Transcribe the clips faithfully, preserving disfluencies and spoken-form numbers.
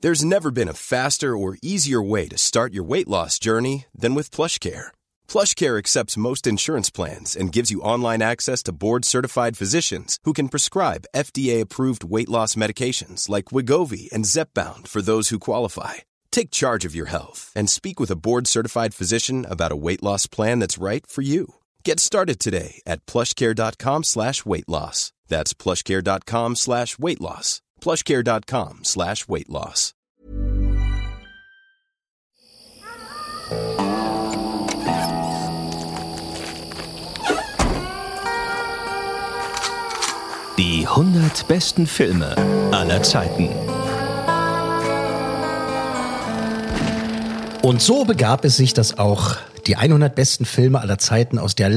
There's never been a faster or easier way to start your weight loss journey than with PlushCare. PlushCare accepts most insurance plans and gives you online access to board-certified physicians who can prescribe F D A-approved weight loss medications like Wegovy and Zepbound for those who qualify. Take charge of your health and speak with a board-certified physician about a weight loss plan that's right for you. Get started today at plushcare.com slash weight loss. That's plushcare.com slash weight loss. plushcare.com slash weight loss. Die hundert besten Filme aller Zeiten. Und so begab es sich, dass auch die hundert besten Filme aller Zeiten aus der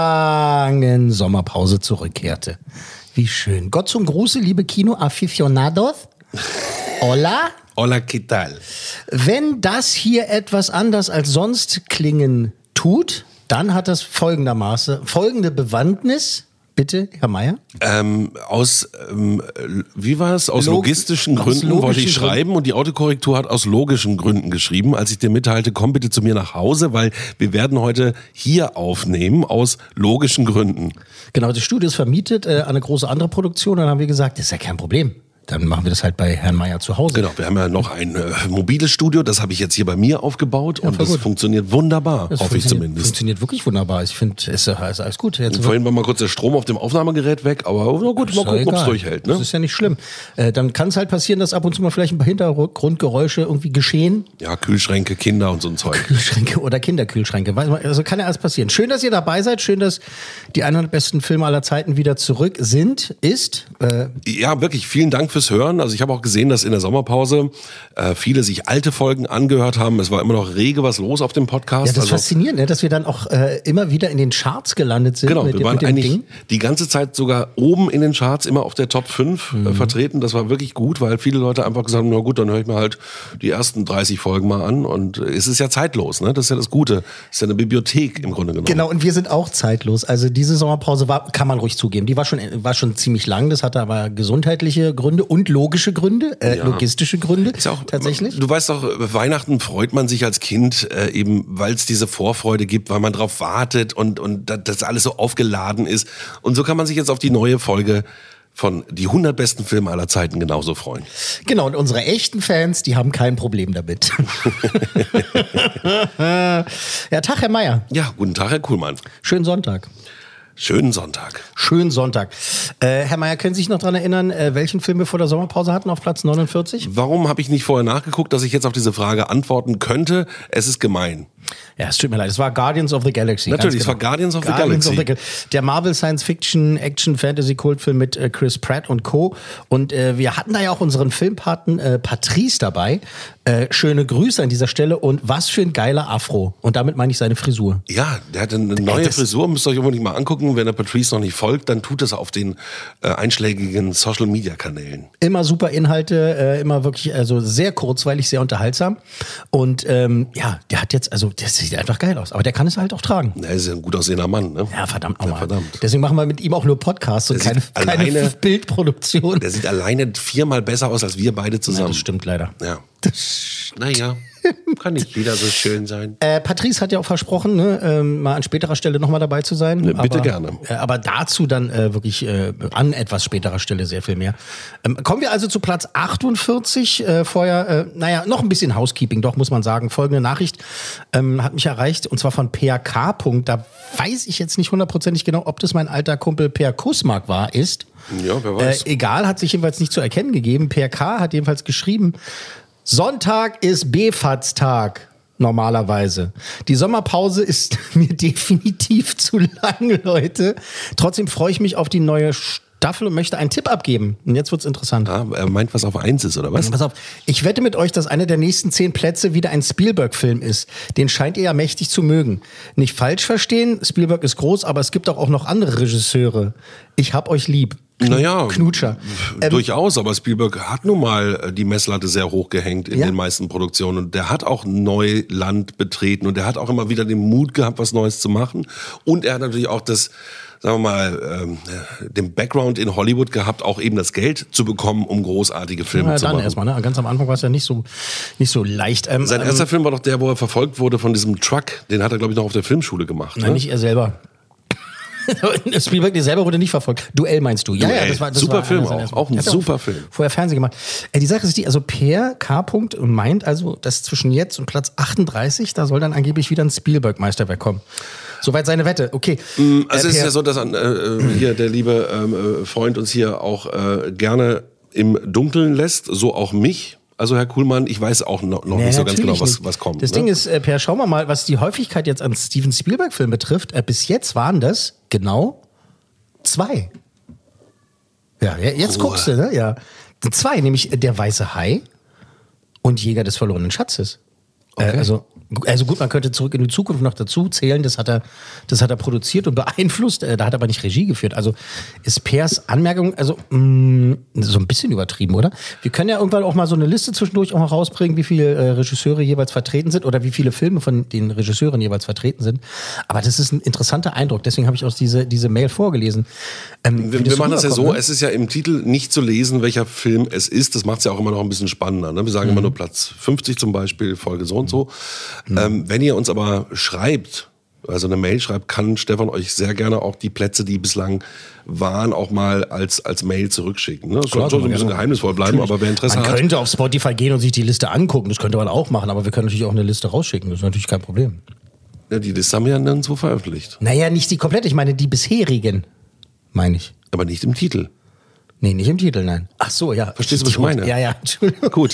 langen Sommerpause zurückkehrte. Wie schön. Gott zum Gruße, liebe Kino-Aficionados. Hola. Hola, ¿qué tal? Wenn das hier etwas anders als sonst klingen tut, dann hat das folgendermaßen, folgende Bewandtnis. Bitte, Herr Meyer? Ähm, aus, ähm, wie war es? Aus Log- logistischen aus Gründen logischen wollte ich Gründen. schreiben und die Autokorrektur hat aus logischen Gründen geschrieben. Als ich dir mitteilte, komm bitte zu mir nach Hause, weil wir werden heute hier aufnehmen aus logischen Gründen. Genau, das Studio ist vermietet äh, an eine große andere Produktion. Dann haben wir gesagt, das ist ja kein Problem. Dann machen wir das halt bei Herrn Meyer zu Hause. Genau, wir haben ja noch ein äh, mobiles Studio, das habe ich jetzt hier bei mir aufgebaut Ja, und voll das gut. funktioniert wunderbar, Das hoffe ich funktioniert- zumindest. Funktioniert wirklich wunderbar. Ich finde, es ist alles gut. Jetzt Vorhin war mal kurz der Strom auf dem Aufnahmegerät weg, aber na gut, mal gucken, ob es durchhält. Ne? Das ist ja nicht schlimm. Äh, dann kann es halt passieren, dass ab und zu mal vielleicht ein paar Hintergrundgeräusche irgendwie geschehen. Ja, Kühlschränke, Kinder und so ein Zeug. Kühlschränke oder Kinderkühlschränke. Weiß man- Also kann ja alles passieren. Schön, dass ihr dabei seid. Schön, dass die hundert besten Filme aller Zeiten wieder zurück sind. Ist. Äh, Ja, wirklich, vielen Dank fürs Hören. Also ich habe auch gesehen, dass in der Sommerpause äh, viele sich alte Folgen angehört haben. Es war immer noch rege was los auf dem Podcast. ja, das ist also, faszinierend, ne? Dass wir dann auch äh, immer wieder in den Charts gelandet sind. Genau, mit, wir dem- waren mit dem eigentlich Ding. die ganze Zeit sogar oben in den Charts, immer auf der Top fünf Mhm. äh, vertreten. Das war wirklich gut, weil viele Leute einfach gesagt haben, na gut, dann höre ich mir halt die ersten dreißig Folgen mal an. Und äh, es ist ja zeitlos, ne? Das ist ja das Gute. Es ist ja eine Bibliothek im Grunde genommen. Genau, und wir sind auch zeitlos. Also diese Sommerpause war, kann man ruhig zugeben, die war schon, war schon ziemlich lang. Das hatte aber gesundheitliche Gründe und logische Gründe, äh, Ja. logistische Gründe Ist ja auch, tatsächlich. Du weißt doch, Weihnachten freut man sich als Kind äh, eben, weil es diese Vorfreude gibt, weil man drauf wartet und, und das- das alles so aufgeladen ist. Und so kann man sich jetzt auf die neue Folge von die hundert besten Filme aller Zeiten genauso freuen. Genau, und unsere echten Fans, die haben kein Problem damit. Ja, Tag, Herr Meyer. Ja, guten Tag, Herr Kuhlmann. Schönen Sonntag. Schönen Sonntag. Schönen Sonntag. Äh, Herr Meyer, können Sie sich noch daran erinnern, äh, welchen Film wir vor der Sommerpause hatten auf Platz neunundvierzig? Warum habe ich nicht vorher nachgeguckt, dass ich jetzt auf diese Frage antworten könnte? Es ist gemein. Ja, es tut mir leid, es war Guardians of the Galaxy. Natürlich, ganz es war genau. Guardians of the Guardians Galaxy. Of the Gal- der Marvel Science Fiction Action Fantasy Kultfilm mit äh, Chris Pratt und Co. Und äh, wir hatten da ja auch unseren Filmpaten äh, Patrice dabei. Äh, schöne Grüße an dieser Stelle und was für ein geiler Afro. Und damit meine ich seine Frisur. Ja, der hat eine neue das- Frisur, müsst ihr euch unbedingt mal angucken. Wenn der Patrice noch nicht folgt, dann tut es auf den äh, einschlägigen Social-Media-Kanälen. Immer super Inhalte, äh, immer wirklich, also sehr kurzweilig, sehr unterhaltsam. Und ähm, ja, der hat jetzt, also der sieht einfach geil aus. Aber der kann es halt auch tragen. Er ist ja ein gut aussehender Mann, ne? Ja, verdammt nochmal. verdammt. Deswegen machen wir mit ihm auch nur Podcasts und Der keine, sieht keine alleine- Bildproduktion. Der sieht alleine viermal besser aus als wir beide Ja, zusammen. das stimmt leider. Ja. Naja, kann nicht jeder so schön sein. Äh, Patrice hat ja auch versprochen, ne, ähm, mal an späterer Stelle nochmal dabei zu sein. Ne, bitte aber, gerne. Äh, aber dazu dann äh, wirklich äh, an etwas späterer Stelle sehr viel mehr. Ähm, kommen wir also zu Platz achtundvierzig. Äh, vorher, äh, naja, noch ein bisschen Housekeeping, doch muss man sagen. Folgende Nachricht ähm, hat mich erreicht und zwar von P R K. Da weiß ich jetzt nicht hundertprozentig genau, ob das mein alter Kumpel Per Kusmark war, ist. Ja, wer weiß. Äh, egal, hat sich jedenfalls nicht zu erkennen gegeben. P R K hat jedenfalls geschrieben, Sonntag ist B F A T-Tag. Normalerweise. Die Sommerpause ist mir definitiv zu lang, Leute. Trotzdem freue ich mich auf die neue Staffel und möchte einen Tipp abgeben. Und jetzt wird's interessant. Ah, er meint, was auf eins ist, oder was? Pass auf, ich wette mit euch, dass einer der nächsten zehn Plätze wieder ein Spielberg-Film ist. Den scheint ihr ja mächtig zu mögen. Nicht falsch verstehen, Spielberg ist groß, aber es gibt doch auch noch andere Regisseure. Ich hab euch lieb. Kn- Naja, Knutscher. Ähm, durchaus, aber Spielberg hat nun mal die Messlatte sehr hoch gehängt in Ja. den meisten Produktionen und der hat auch Neuland betreten und der hat auch immer wieder den Mut gehabt, was Neues zu machen und er hat natürlich auch das sagen wir mal, ähm, den Background in Hollywood gehabt, auch eben das Geld zu bekommen, um großartige Filme ja, zu dann machen. erstmal, ne? Ganz am Anfang war es ja nicht so, nicht so leicht. Ähm, Sein ähm, erster Film war doch der, wo er verfolgt wurde von diesem Truck. Den hat er, glaube ich, noch auf der Filmschule gemacht. Nein, ne? nicht er selber. Spielberg dir selber wurde nicht verfolgt. Duell meinst du? Ja, Duell. ja, das war das Super war Film einer seiner auch. ersten. Auch ein Er hat super Film. Vorher Fernsehen gemacht. Äh, die Sache ist die, also Per K. meint also, dass zwischen jetzt und Platz achtunddreißig, da soll dann angeblich wieder ein Spielberg-Meisterwerk kommen. Soweit seine Wette. Okay. Also äh, es ist Per, ja so, dass äh, hier der liebe ähm, Freund uns hier auch äh, gerne im Dunkeln lässt, so auch mich. Also Herr Kuhlmann, ich weiß auch noch, noch Nee, nicht so ganz natürlich genau, was, nicht. was kommt. Das ne? Ding ist, äh, Per, schauen wir mal, was die Häufigkeit jetzt an Steven Spielberg-Filmen betrifft. Äh, bis jetzt waren das genau zwei. Ja, ja, jetzt Ruhe. guckst du, ne? Ja. Zwei, nämlich Der Weiße Hai und Jäger des verlorenen Schatzes. Okay. Äh, also, also gut, man könnte Zurück in die Zukunft noch dazu zählen, das hat er, das hat er produziert und beeinflusst, äh, da hat er aber nicht Regie geführt. Also ist Pers Anmerkung, also mh, so ein bisschen übertrieben, oder? Wir können ja irgendwann auch mal so eine Liste zwischendurch auch mal rausbringen, wie viele äh, Regisseure jeweils vertreten sind oder wie viele Filme von den Regisseuren jeweils vertreten sind. Aber das ist ein interessanter Eindruck, deswegen habe ich auch diese, diese Mail vorgelesen. Ähm, Wir, wie wir machen das ja so, rüberkommt, ne? es ist ja im Titel nicht zu lesen, welcher Film es ist. Das macht es ja auch immer noch ein bisschen spannender. Ne? Wir sagen immer nur Platz fünfzig zum Beispiel, Folge so und so. Ähm, wenn ihr uns aber schreibt, also eine Mail schreibt, kann Stefan euch sehr gerne auch die Plätze, die bislang waren, auch mal als, als Mail zurückschicken. Ne? Das soll Klar, schon so ein kann man bisschen gerne. geheimnisvoll bleiben, Natürlich. aber wer Interesse Man hat. könnte auf Spotify gehen und sich die Liste angucken, das könnte man auch machen, aber wir können natürlich auch eine Liste rausschicken, das ist natürlich kein Problem. Ja, die Liste haben wir ja nirgendwo veröffentlicht. Naja, nicht die komplette, ich meine die bisherigen, meine ich. Aber nicht im Titel. Nee, nicht im Titel, nein. Ach so, ja. Verstehst du, was ich meine? Ja, ja, Entschuldigung. Gut.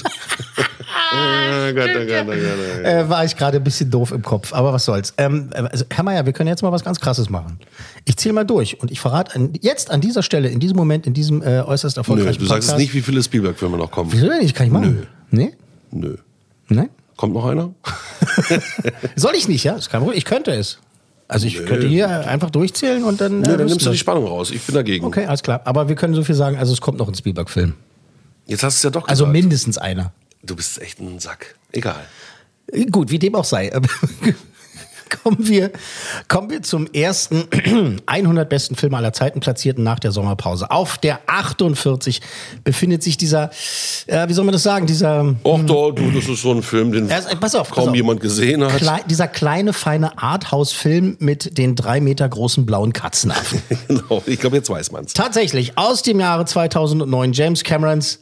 oh Gott, oh Gott, oh Gott, oh Gott. Äh, war ich gerade ein bisschen doof im Kopf, aber was soll's. Ähm, also, Herr Meier, wir können jetzt mal was ganz Krasses machen. Ich zähle mal durch und ich verrate an, jetzt an dieser Stelle, in diesem Moment, in diesem äh, äußerst Nö, erfolgreichen du sagst Podcast. nicht, wie viele Spielberg-Filme noch kommen. Wieso denn nicht? Kann ich machen? Nö. Nee? Nö. Nein? Kommt noch einer? Soll ich nicht, ja? Das kann man, ich könnte es. Also ich Nö. könnte hier einfach durchzählen und dann... Nö, äh, dann wüssten nimmst du wir. die Spannung raus. Ich bin dagegen. Okay, alles klar. Aber wir können so viel sagen, also es kommt noch ein Spielberg-Film. Jetzt hast du es ja doch Also gesagt. mindestens einer. Du bist echt ein Sack. Egal. Gut, wie dem auch sei. kommen, wir, kommen wir zum ersten hundert besten Film aller Zeiten, platzierten nach der Sommerpause. Auf der achtundvierzig befindet sich dieser, äh, wie soll man das sagen, dieser... Och doch, du, das ist so ein Film, den Ja, also, pass auf, kaum pass auf. jemand gesehen hat. Klei, dieser kleine, feine Arthouse-Film mit den drei Meter großen blauen Katzenaffen. Genau, ich glaube, jetzt weiß man's. Tatsächlich, aus dem Jahre zweitausendneun, James Camerons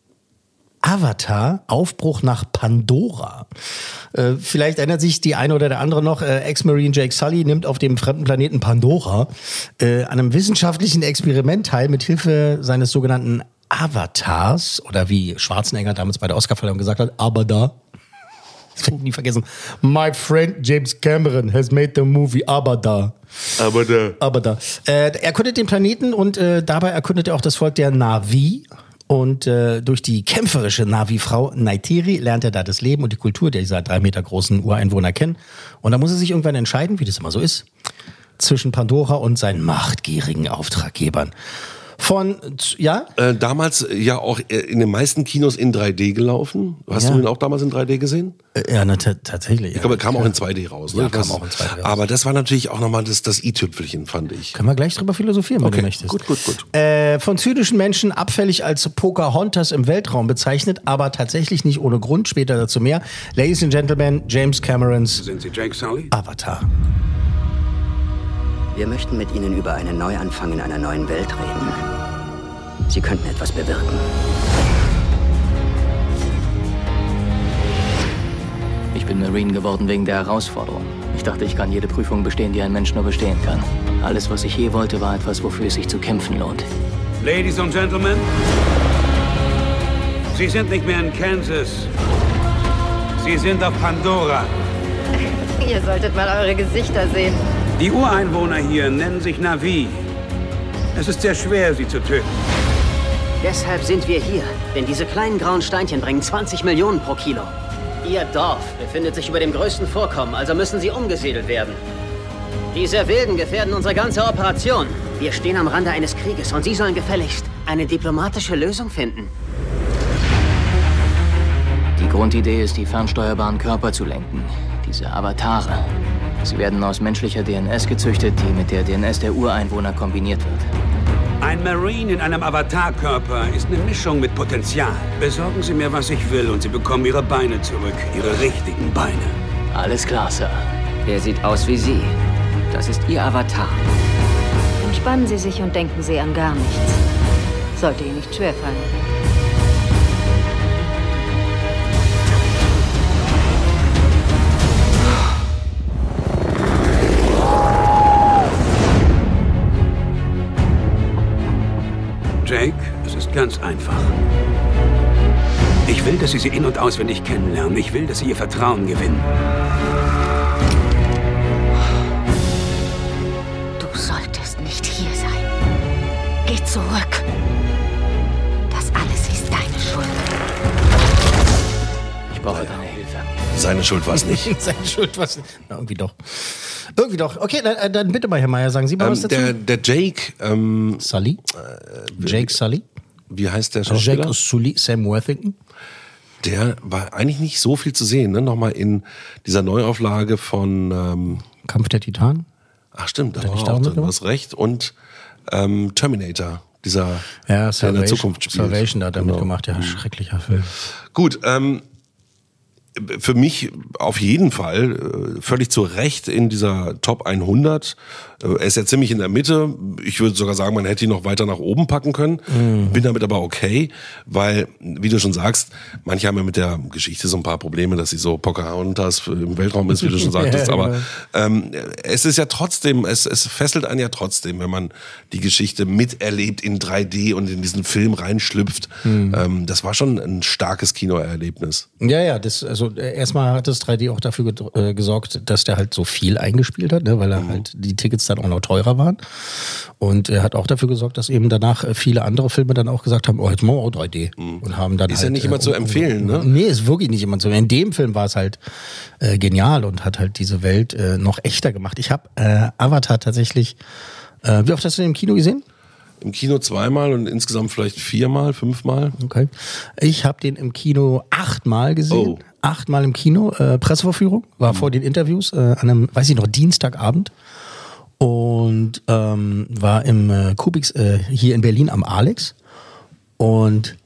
Avatar, Aufbruch nach Pandora. Äh, vielleicht erinnert sich die eine oder der andere noch, äh, Ex-Marine Jake Sully nimmt auf dem fremden Planeten Pandora äh, an einem wissenschaftlichen Experiment teil, mit Hilfe seines sogenannten Avatars, oder wie Schwarzenegger damals bei der Oscarverleihung gesagt hat, Abada. Das werde ich nie vergessen. My friend James Cameron has made the movie Abada. Aber der... Abada. Äh, er erkundet den Planeten und äh, dabei erkundet er auch das Volk der Na'vi. Und äh, durch die kämpferische Na'vi-Frau Neytiri lernt er da das Leben und die Kultur dieser drei Meter großen Ureinwohner kennen. Und da muss er sich irgendwann entscheiden, wie das immer so ist, zwischen Pandora und seinen machtgierigen Auftraggebern. Von, ja? Äh, damals ja auch äh, in den meisten Kinos in drei D gelaufen. Hast Ja. du ihn auch damals in drei D gesehen? Äh, Ja, na, t- tatsächlich. Ich glaube, er kam auch in zwei D raus. Ne? Ja, Ich kam weiß- auch in zwei D raus. Aber das war natürlich auch nochmal das, das i-Tüpfelchen, fand ich. Können wir gleich drüber philosophieren, wenn Okay, du möchtest. gut, gut, gut. Äh, von zynischen Menschen abfällig als Pocahontas im Weltraum bezeichnet, aber tatsächlich nicht ohne Grund. Später dazu mehr. Ladies and Gentlemen, James Camerons Sind Sie Jake Sully? Avatar. Wir möchten mit Ihnen über einen Neuanfang in einer neuen Welt reden. Sie könnten etwas bewirken. Ich bin Marine geworden wegen der Herausforderung. Ich dachte, ich kann jede Prüfung bestehen, die ein Mensch nur bestehen kann. Alles, was ich je wollte, war etwas, wofür es sich zu kämpfen lohnt. Ladies and Gentlemen, Sie sind nicht mehr in Kansas. Sie sind auf Pandora. Ihr solltet mal eure Gesichter sehen. Die Ureinwohner hier nennen sich Na'vi. Es ist sehr schwer, sie zu töten. Deshalb sind wir hier, denn diese kleinen grauen Steinchen bringen zwanzig Millionen pro Kilo. Ihr Dorf befindet sich über dem größten Vorkommen, also müssen sie umgesiedelt werden. Diese Wilden gefährden unsere ganze Operation. Wir stehen am Rande eines Krieges und Sie sollen gefälligst eine diplomatische Lösung finden. Die Grundidee ist, die fernsteuerbaren Körper zu lenken. Diese Avatare. Sie werden aus menschlicher D N S gezüchtet, die mit der D N S der Ureinwohner kombiniert wird. Ein Marine in einem Avatarkörper ist eine Mischung mit Potenzial. Besorgen Sie mir, was ich will, und Sie bekommen Ihre Beine zurück. Ihre richtigen Beine. Alles klar, Sir. Er sieht aus wie Sie. Das ist Ihr Avatar. Entspannen Sie sich und denken Sie an gar nichts. Sollte Ihnen nicht schwerfallen. Jake, es ist ganz einfach. Ich will, dass Sie sie in- und auswendig kennenlernen. Ich will, dass Sie ihr Vertrauen gewinnen. Du solltest nicht hier sein. Geh zurück. Das alles ist deine Schuld. Ich brauche deine Hilfe. Seine Schuld war es nicht. Seine Schuld war es nicht. Na, irgendwie doch. Irgendwie doch. Okay, dann, dann bitte mal, Herr Meier, sagen Sie mal ähm, was dazu. der, der Jake, ähm, Sully? Äh, Jake Sully? wie heißt der Schauspieler? Jake Sully, Sam Worthington? Der war eigentlich nicht so viel zu sehen, ne? Nochmal in dieser Neuauflage von ähm, Kampf der Titanen? Ach stimmt, da Hat er war nicht auch da drin, du mitgemacht? hast recht. Und ähm, Terminator, dieser Ja, der in der Salvation, Zukunft spielt. Salvation, da hat er Genau. mitgemacht. Ja, schrecklicher Film. Gut, ähm, für mich auf jeden Fall äh, völlig zu Recht in dieser Top hundert. Äh, er ist ja ziemlich in der Mitte. Ich würde sogar sagen, man hätte ihn noch weiter nach oben packen können. Mhm. Bin damit aber okay, weil, wie du schon sagst, manche haben ja mit der Geschichte so ein paar Probleme, dass sie so Pocahontas im Weltraum ist, wie du schon sagtest. Ja, aber genau. ähm, es ist ja trotzdem, es, es fesselt einen ja trotzdem, wenn man die Geschichte miterlebt in drei D und in diesen Film reinschlüpft. Mhm. Ähm, das war schon ein starkes Kinoerlebnis. Ja, ja, das, also äh, erstmal hat das drei D auch dafür gedr- äh, gesorgt, dass der halt so viel eingespielt hat, ne, weil er mhm. halt die Tickets dann auch noch teurer waren. Und er hat auch dafür gesorgt, dass eben danach äh, viele andere Filme dann auch gesagt haben, oh, jetzt machen wir auch drei D. Mhm. Und haben dann ist halt, ja nicht immer äh, zu empfehlen, ne? Nee, ist wirklich nicht immer zu empfehlen. In dem Film war es halt äh, genial und hat halt diese Welt äh, noch echter gemacht. Ich habe äh, Avatar tatsächlich, äh, wie oft hast du den im Kino gesehen? Im Kino zweimal und insgesamt vielleicht viermal, fünfmal. Okay. Ich habe den im Kino achtmal gesehen. Oh. Achtmal im Kino. Äh, Presseverführung war mhm. vor den Interviews äh, an einem, weiß ich noch, Dienstagabend. Und ähm, war im äh, Kubix äh, hier in Berlin am Alex. Und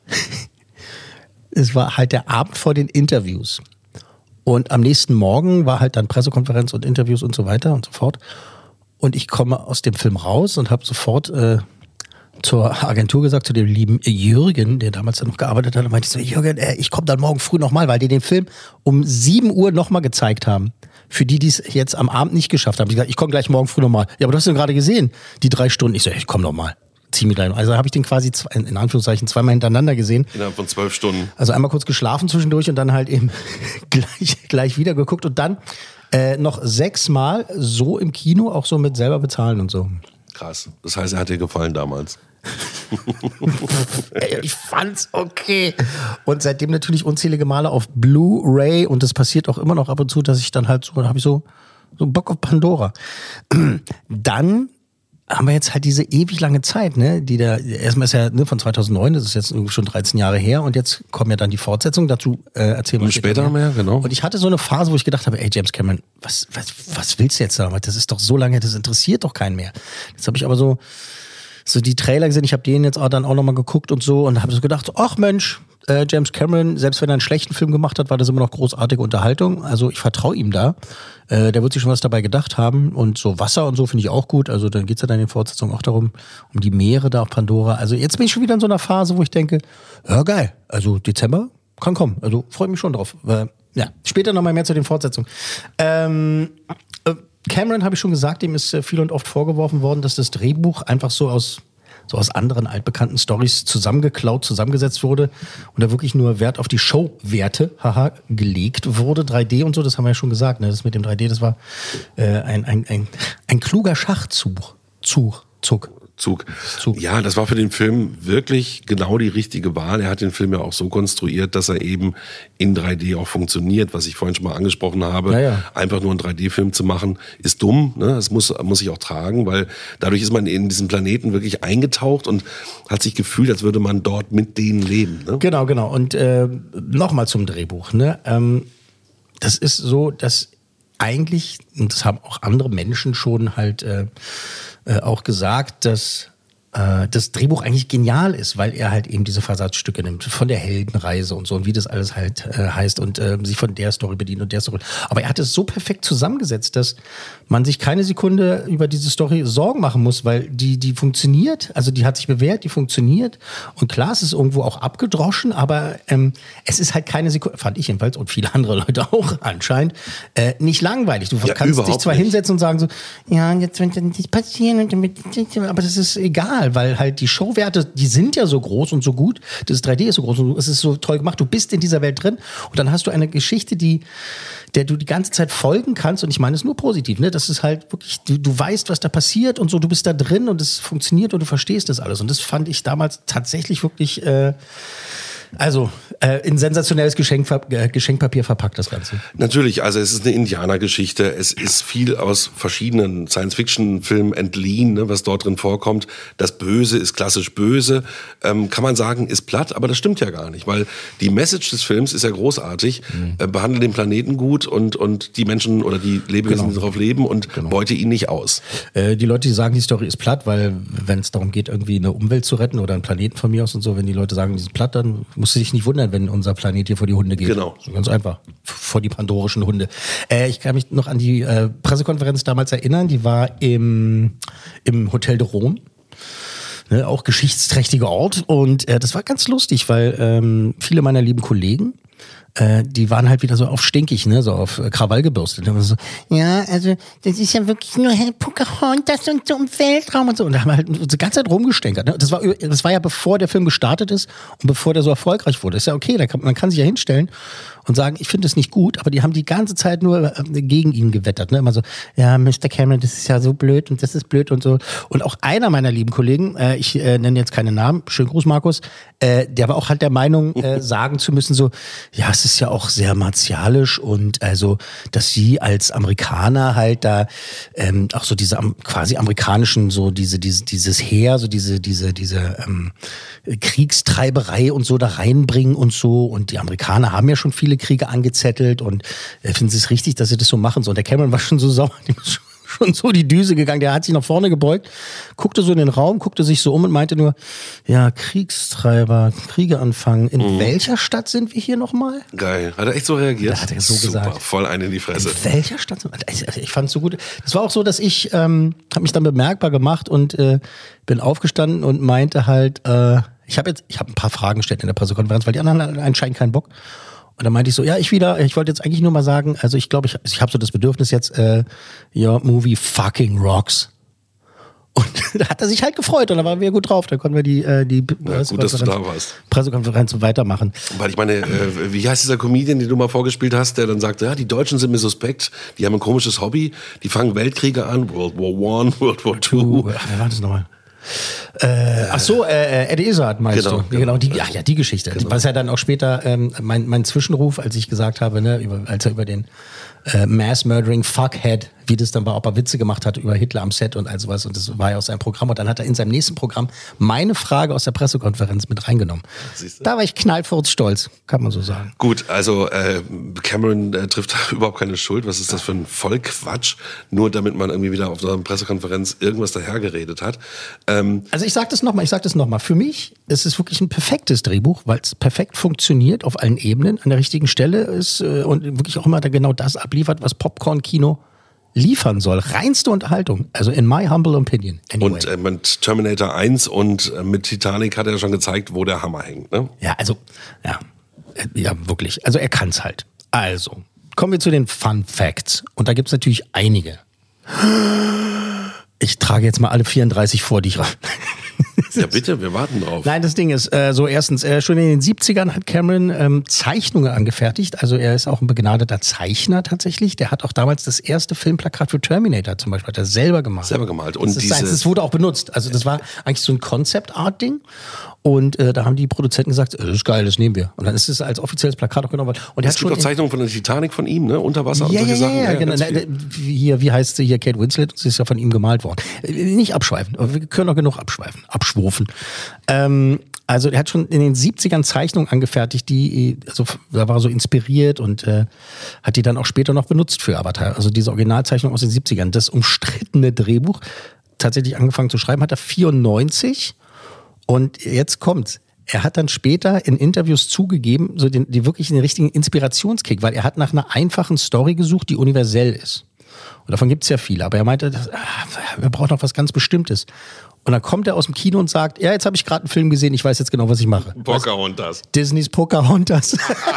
es war halt der Abend vor den Interviews. Und am nächsten Morgen war halt dann Pressekonferenz und Interviews und so weiter und so fort. Und ich komme aus dem Film raus und habe sofort äh, zur Agentur gesagt, zu dem lieben Jürgen, der damals dann noch gearbeitet hat, und meinte ich so, Jürgen, äh, ich komme dann morgen früh nochmal, weil die den Film um sieben Uhr nochmal gezeigt haben. Für die, die es jetzt am Abend nicht geschafft haben. Ich gesagt, ich komme gleich morgen früh nochmal. Ja, aber du hast ihn gerade gesehen, die drei Stunden. Ich so, ich komme nochmal. Zieh mich gleich noch. Also habe ich den quasi, zwei, in Anführungszeichen, zweimal hintereinander gesehen. Innerhalb von zwölf Stunden. Also einmal kurz geschlafen zwischendurch und dann halt eben gleich, gleich wieder geguckt und dann äh, noch sechsmal so im Kino, auch so mit selber bezahlen und so. Krass. Das heißt, er hat dir gefallen damals. Ich fand's okay. Und seitdem natürlich unzählige Male auf Blu-ray und das passiert auch immer noch ab und zu, dass ich dann halt so, da habe ich so, so Bock auf Pandora. Dann haben wir jetzt halt diese ewig lange Zeit, ne, die da, erstmal ist ja ne, von zweitausendneun, das ist jetzt schon dreizehn Jahre her und jetzt kommen ja dann die Fortsetzungen, dazu äh, erzählen wir Und später mehr, genau. Und ich hatte so eine Phase, wo ich gedacht habe, ey James Cameron, was, was, was willst du jetzt da? Das ist doch so lange, das interessiert doch keinen mehr. Jetzt habe ich aber so, so die Trailer gesehen, ich habe den jetzt auch dann auch nochmal geguckt und so und habe so gedacht, ach Mensch, äh, James Cameron, selbst wenn er einen schlechten Film gemacht hat, war das immer noch großartige Unterhaltung. Also ich vertraue ihm da. Äh, der wird sich schon was dabei gedacht haben. Und so Wasser und so finde ich auch gut. Also dann geht's ja dann in den Fortsetzungen auch darum, um die Meere da auf Pandora. Also jetzt bin ich schon wieder in so einer Phase, wo ich denke, ja geil, also Dezember kann kommen. Also freue mich schon drauf. Äh, ja, später nochmal mehr zu den Fortsetzungen. Ähm, äh, Cameron, habe ich schon gesagt, dem ist viel und oft vorgeworfen worden, dass das Drehbuch einfach so aus so aus anderen altbekannten Storys zusammengeklaut, zusammengesetzt wurde und da wirklich nur Wert auf die Showwerte haha, gelegt wurde. drei D und so, das haben wir ja schon gesagt. Ne? Das mit dem drei D, das war äh, ein, ein, ein, ein kluger Schachzug. Zug. Zug. Zug. Zug. Ja, das war für den Film wirklich genau die richtige Wahl. Er hat den Film ja auch so konstruiert, dass er eben in drei D auch funktioniert, was ich vorhin schon mal angesprochen habe. Ja, ja. Einfach nur einen drei D-Film zu machen, ist dumm. Ne? Das muss, muss sich auch tragen, weil dadurch ist man in diesen Planeten wirklich eingetaucht und hat sich gefühlt, als würde man dort mit denen leben. Ne? Genau, genau. Und äh, nochmal zum Drehbuch. Ne? Ähm, das ist so, dass eigentlich, und das haben auch andere Menschen schon halt äh, äh, auch gesagt, dass das Drehbuch eigentlich genial ist, weil er halt eben diese Versatzstücke nimmt, von der Heldenreise und so und wie das alles halt äh, heißt und äh, sich von der Story bedient und der Story. Aber er hat es so perfekt zusammengesetzt, dass man sich keine Sekunde über diese Story Sorgen machen muss, weil die, die funktioniert, also die hat sich bewährt, die funktioniert und klar, es ist irgendwo auch abgedroschen, aber ähm, es ist halt keine Sekunde, fand ich jedenfalls und viele andere Leute auch anscheinend, äh, nicht langweilig. Du Ja, kannst dich zwar nicht. hinsetzen und sagen so, ja, jetzt wird das nicht passieren, und damit, aber das ist egal. Weil halt die Showwerte, die sind ja so groß und so gut, das drei D ist so groß und es ist so toll gemacht, du bist in dieser Welt drin und dann hast du eine Geschichte, die, der du die ganze Zeit folgen kannst und ich meine es nur positiv, ne? Das ist halt wirklich, du, du weißt, was da passiert und so, du bist da drin und es funktioniert und du verstehst das alles und das fand ich damals tatsächlich wirklich, äh, also äh, in sensationelles Geschenk, äh, Geschenkpapier verpackt das Ganze. Natürlich, also es ist eine Indianergeschichte, es ist viel aus verschiedenen Science-Fiction-Filmen entliehen, ne, was dort drin vorkommt. Das Böse ist klassisch böse, ähm, kann man sagen, ist platt, aber das stimmt ja gar nicht, weil die Message des Films ist ja großartig, mhm. äh, behandle den Planeten gut und, und die Menschen oder die Lebewesen, genau. die darauf leben und genau. beute ihn nicht aus. Äh, die Leute, die sagen, die Story ist platt, weil wenn es darum geht, irgendwie eine Umwelt zu retten oder einen Planeten von mir aus und so, wenn die Leute sagen, die sind platt, dann musst du dich nicht wundern, wenn unser Planet hier vor die Hunde geht. Genau. So ganz einfach. Vor die pandorischen Hunde. Äh, ich kann mich noch an die äh, Pressekonferenz damals erinnern. Die war im, im Hotel de Rome. Ne, auch geschichtsträchtiger Ort. Und äh, das war ganz lustig, weil ähm, viele meiner lieben Kollegen, äh, die waren halt wieder so auf stinkig, ne, so auf äh, Krawall gebürstet. Und so, ja, also das ist ja wirklich nur Pocahontas und so im Weltraum und so. Und da haben wir halt die ganze Zeit rumgestänkert. Ne? Das war, das war ja bevor der Film gestartet ist und bevor der so erfolgreich wurde. Ist ja okay, da kann, man kann sich ja hinstellen und sagen, ich finde es nicht gut, aber die haben die ganze Zeit nur äh, gegen ihn gewettert. Ne? Immer so, ja, Mister Cameron, das ist ja so blöd und das ist blöd und so. Und auch einer meiner lieben Kollegen, äh, ich äh, nenne jetzt keine Namen, schönen Gruß Markus, äh, der war auch halt der Meinung, äh, sagen zu müssen so, ja, es ist ja auch sehr martialisch und also, dass sie als Amerikaner halt da ähm, auch so diese am, quasi amerikanischen, so diese, diese dieses Heer, so diese, diese, diese ähm, Kriegstreiberei und so da reinbringen und so. Und die Amerikaner haben ja schon viele Kriege angezettelt und äh, finden sie es richtig, dass sie das so machen. So, und der Cameron war schon so sauer, dem ist schon so die Düse gegangen. Der hat sich nach vorne gebeugt, guckte so in den Raum, guckte sich so um und meinte nur, ja, Kriegstreiber, Kriege anfangen. In mhm. welcher Stadt sind wir hier nochmal? Geil. Hat er echt so reagiert? Da hat er so Super, gesagt. Voll einen in die Fresse. In welcher Stadt? Ich, ich fand es so gut. Das war auch so, dass ich, ähm, habe mich dann bemerkbar gemacht und äh, bin aufgestanden und meinte halt, äh, ich habe jetzt, ich habe ein paar Fragen gestellt in der Pressekonferenz, weil die anderen hatten anscheinend keinen Bock. Und dann meinte ich so, ja, ich wieder, ich wollte jetzt eigentlich nur mal sagen, also ich glaube, ich, ich habe so das Bedürfnis jetzt, äh, your movie fucking rocks. Und da hat er sich halt gefreut und da waren wir gut drauf. Da konnten wir die, äh, die ja, gut, dass du da warst. Pressekonferenz weitermachen. Weil ich meine, äh, wie heißt dieser Comedian, den du mal vorgespielt hast, der dann sagte, ja, die Deutschen sind mir suspekt, die haben ein komisches Hobby, die fangen Weltkriege an, World War One, World War Two. Wer war das nochmal? Äh, ach so, äh, Eddie Izzard meinst genau, du? Genau, genau die, ach ja, die Geschichte. Genau. Was ja dann auch später ähm, mein, mein Zwischenruf, als ich gesagt habe, ne, über, als er über den äh, Mass-Murdering Fuckhead, wie das dann war, ob er Witze gemacht hat über Hitler am Set und all sowas. Und das war ja aus seinem Programm. Und dann hat er in seinem nächsten Programm meine Frage aus der Pressekonferenz mit reingenommen. Da war ich knallfurzstolz, kann man so sagen. Gut, also äh, Cameron äh, trifft überhaupt keine Schuld. Was ist das für ein Vollquatsch? Nur damit man irgendwie wieder auf einer Pressekonferenz irgendwas dahergeredet hat. Ähm, also ich sag das nochmal, ich sag das nochmal. Für mich ist es wirklich ein perfektes Drehbuch, weil es perfekt funktioniert auf allen Ebenen, an der richtigen Stelle ist äh, und wirklich auch immer da genau das abliefert, was Popcorn-Kino liefern soll. Reinste Unterhaltung. Also in my humble opinion. Anyway. Und äh, mit Terminator eins und äh, mit Titanic hat er schon gezeigt, wo der Hammer hängt. Ne? Ja, also, ja, äh, ja, wirklich. Also er kann's halt. Also, kommen wir zu den Fun Facts. Und da gibt's natürlich einige. Ich trage jetzt mal alle vierunddreißig vor, die ich rein. Ja bitte, wir warten drauf. Nein, das Ding ist, äh, so erstens, äh, schon in den siebzigern hat Cameron ähm, Zeichnungen angefertigt. Also er ist auch ein begnadeter Zeichner tatsächlich. Der hat auch damals das erste Filmplakat für Terminator zum Beispiel, hat er selber gemalt. Selber gemalt. Und das, ist diese sein, das wurde auch benutzt. Also das war eigentlich so ein Concept-Art-Ding. Und äh, da haben die Produzenten gesagt, das ist geil, das nehmen wir. Und dann ist es als offizielles Plakat auch genommen worden. Und es gibt auch Zeichnungen von der Titanic von ihm, ne? Unter Wasser ja, und solche ja, Sachen. Ja, ja, ja, genau. Hier, wie heißt sie hier? Kate Winslet, das ist ja von ihm gemalt worden. Nicht abschweifen, aber wir können auch genug abschweifen, abschwufen. Ähm, Also er hat schon in den siebzigern Zeichnungen angefertigt, die, also da war er so inspiriert und äh, hat die dann auch später noch benutzt für Avatar. Also diese Originalzeichnung aus den siebzigern. Das umstrittene Drehbuch, tatsächlich angefangen zu schreiben, hat er vierundneunzig. Und jetzt kommt's. Er hat dann später in Interviews zugegeben, so den, die wirklich den richtigen Inspirationskick, weil er hat nach einer einfachen Story gesucht, die universell ist. Und davon gibt's ja viele. Aber er meinte, das, ah, wir brauchen noch was ganz Bestimmtes. Und dann kommt er aus dem Kino und sagt, ja, jetzt habe ich gerade einen Film gesehen, ich weiß jetzt genau, was ich mache. Pocahontas. Disneys Pocahontas.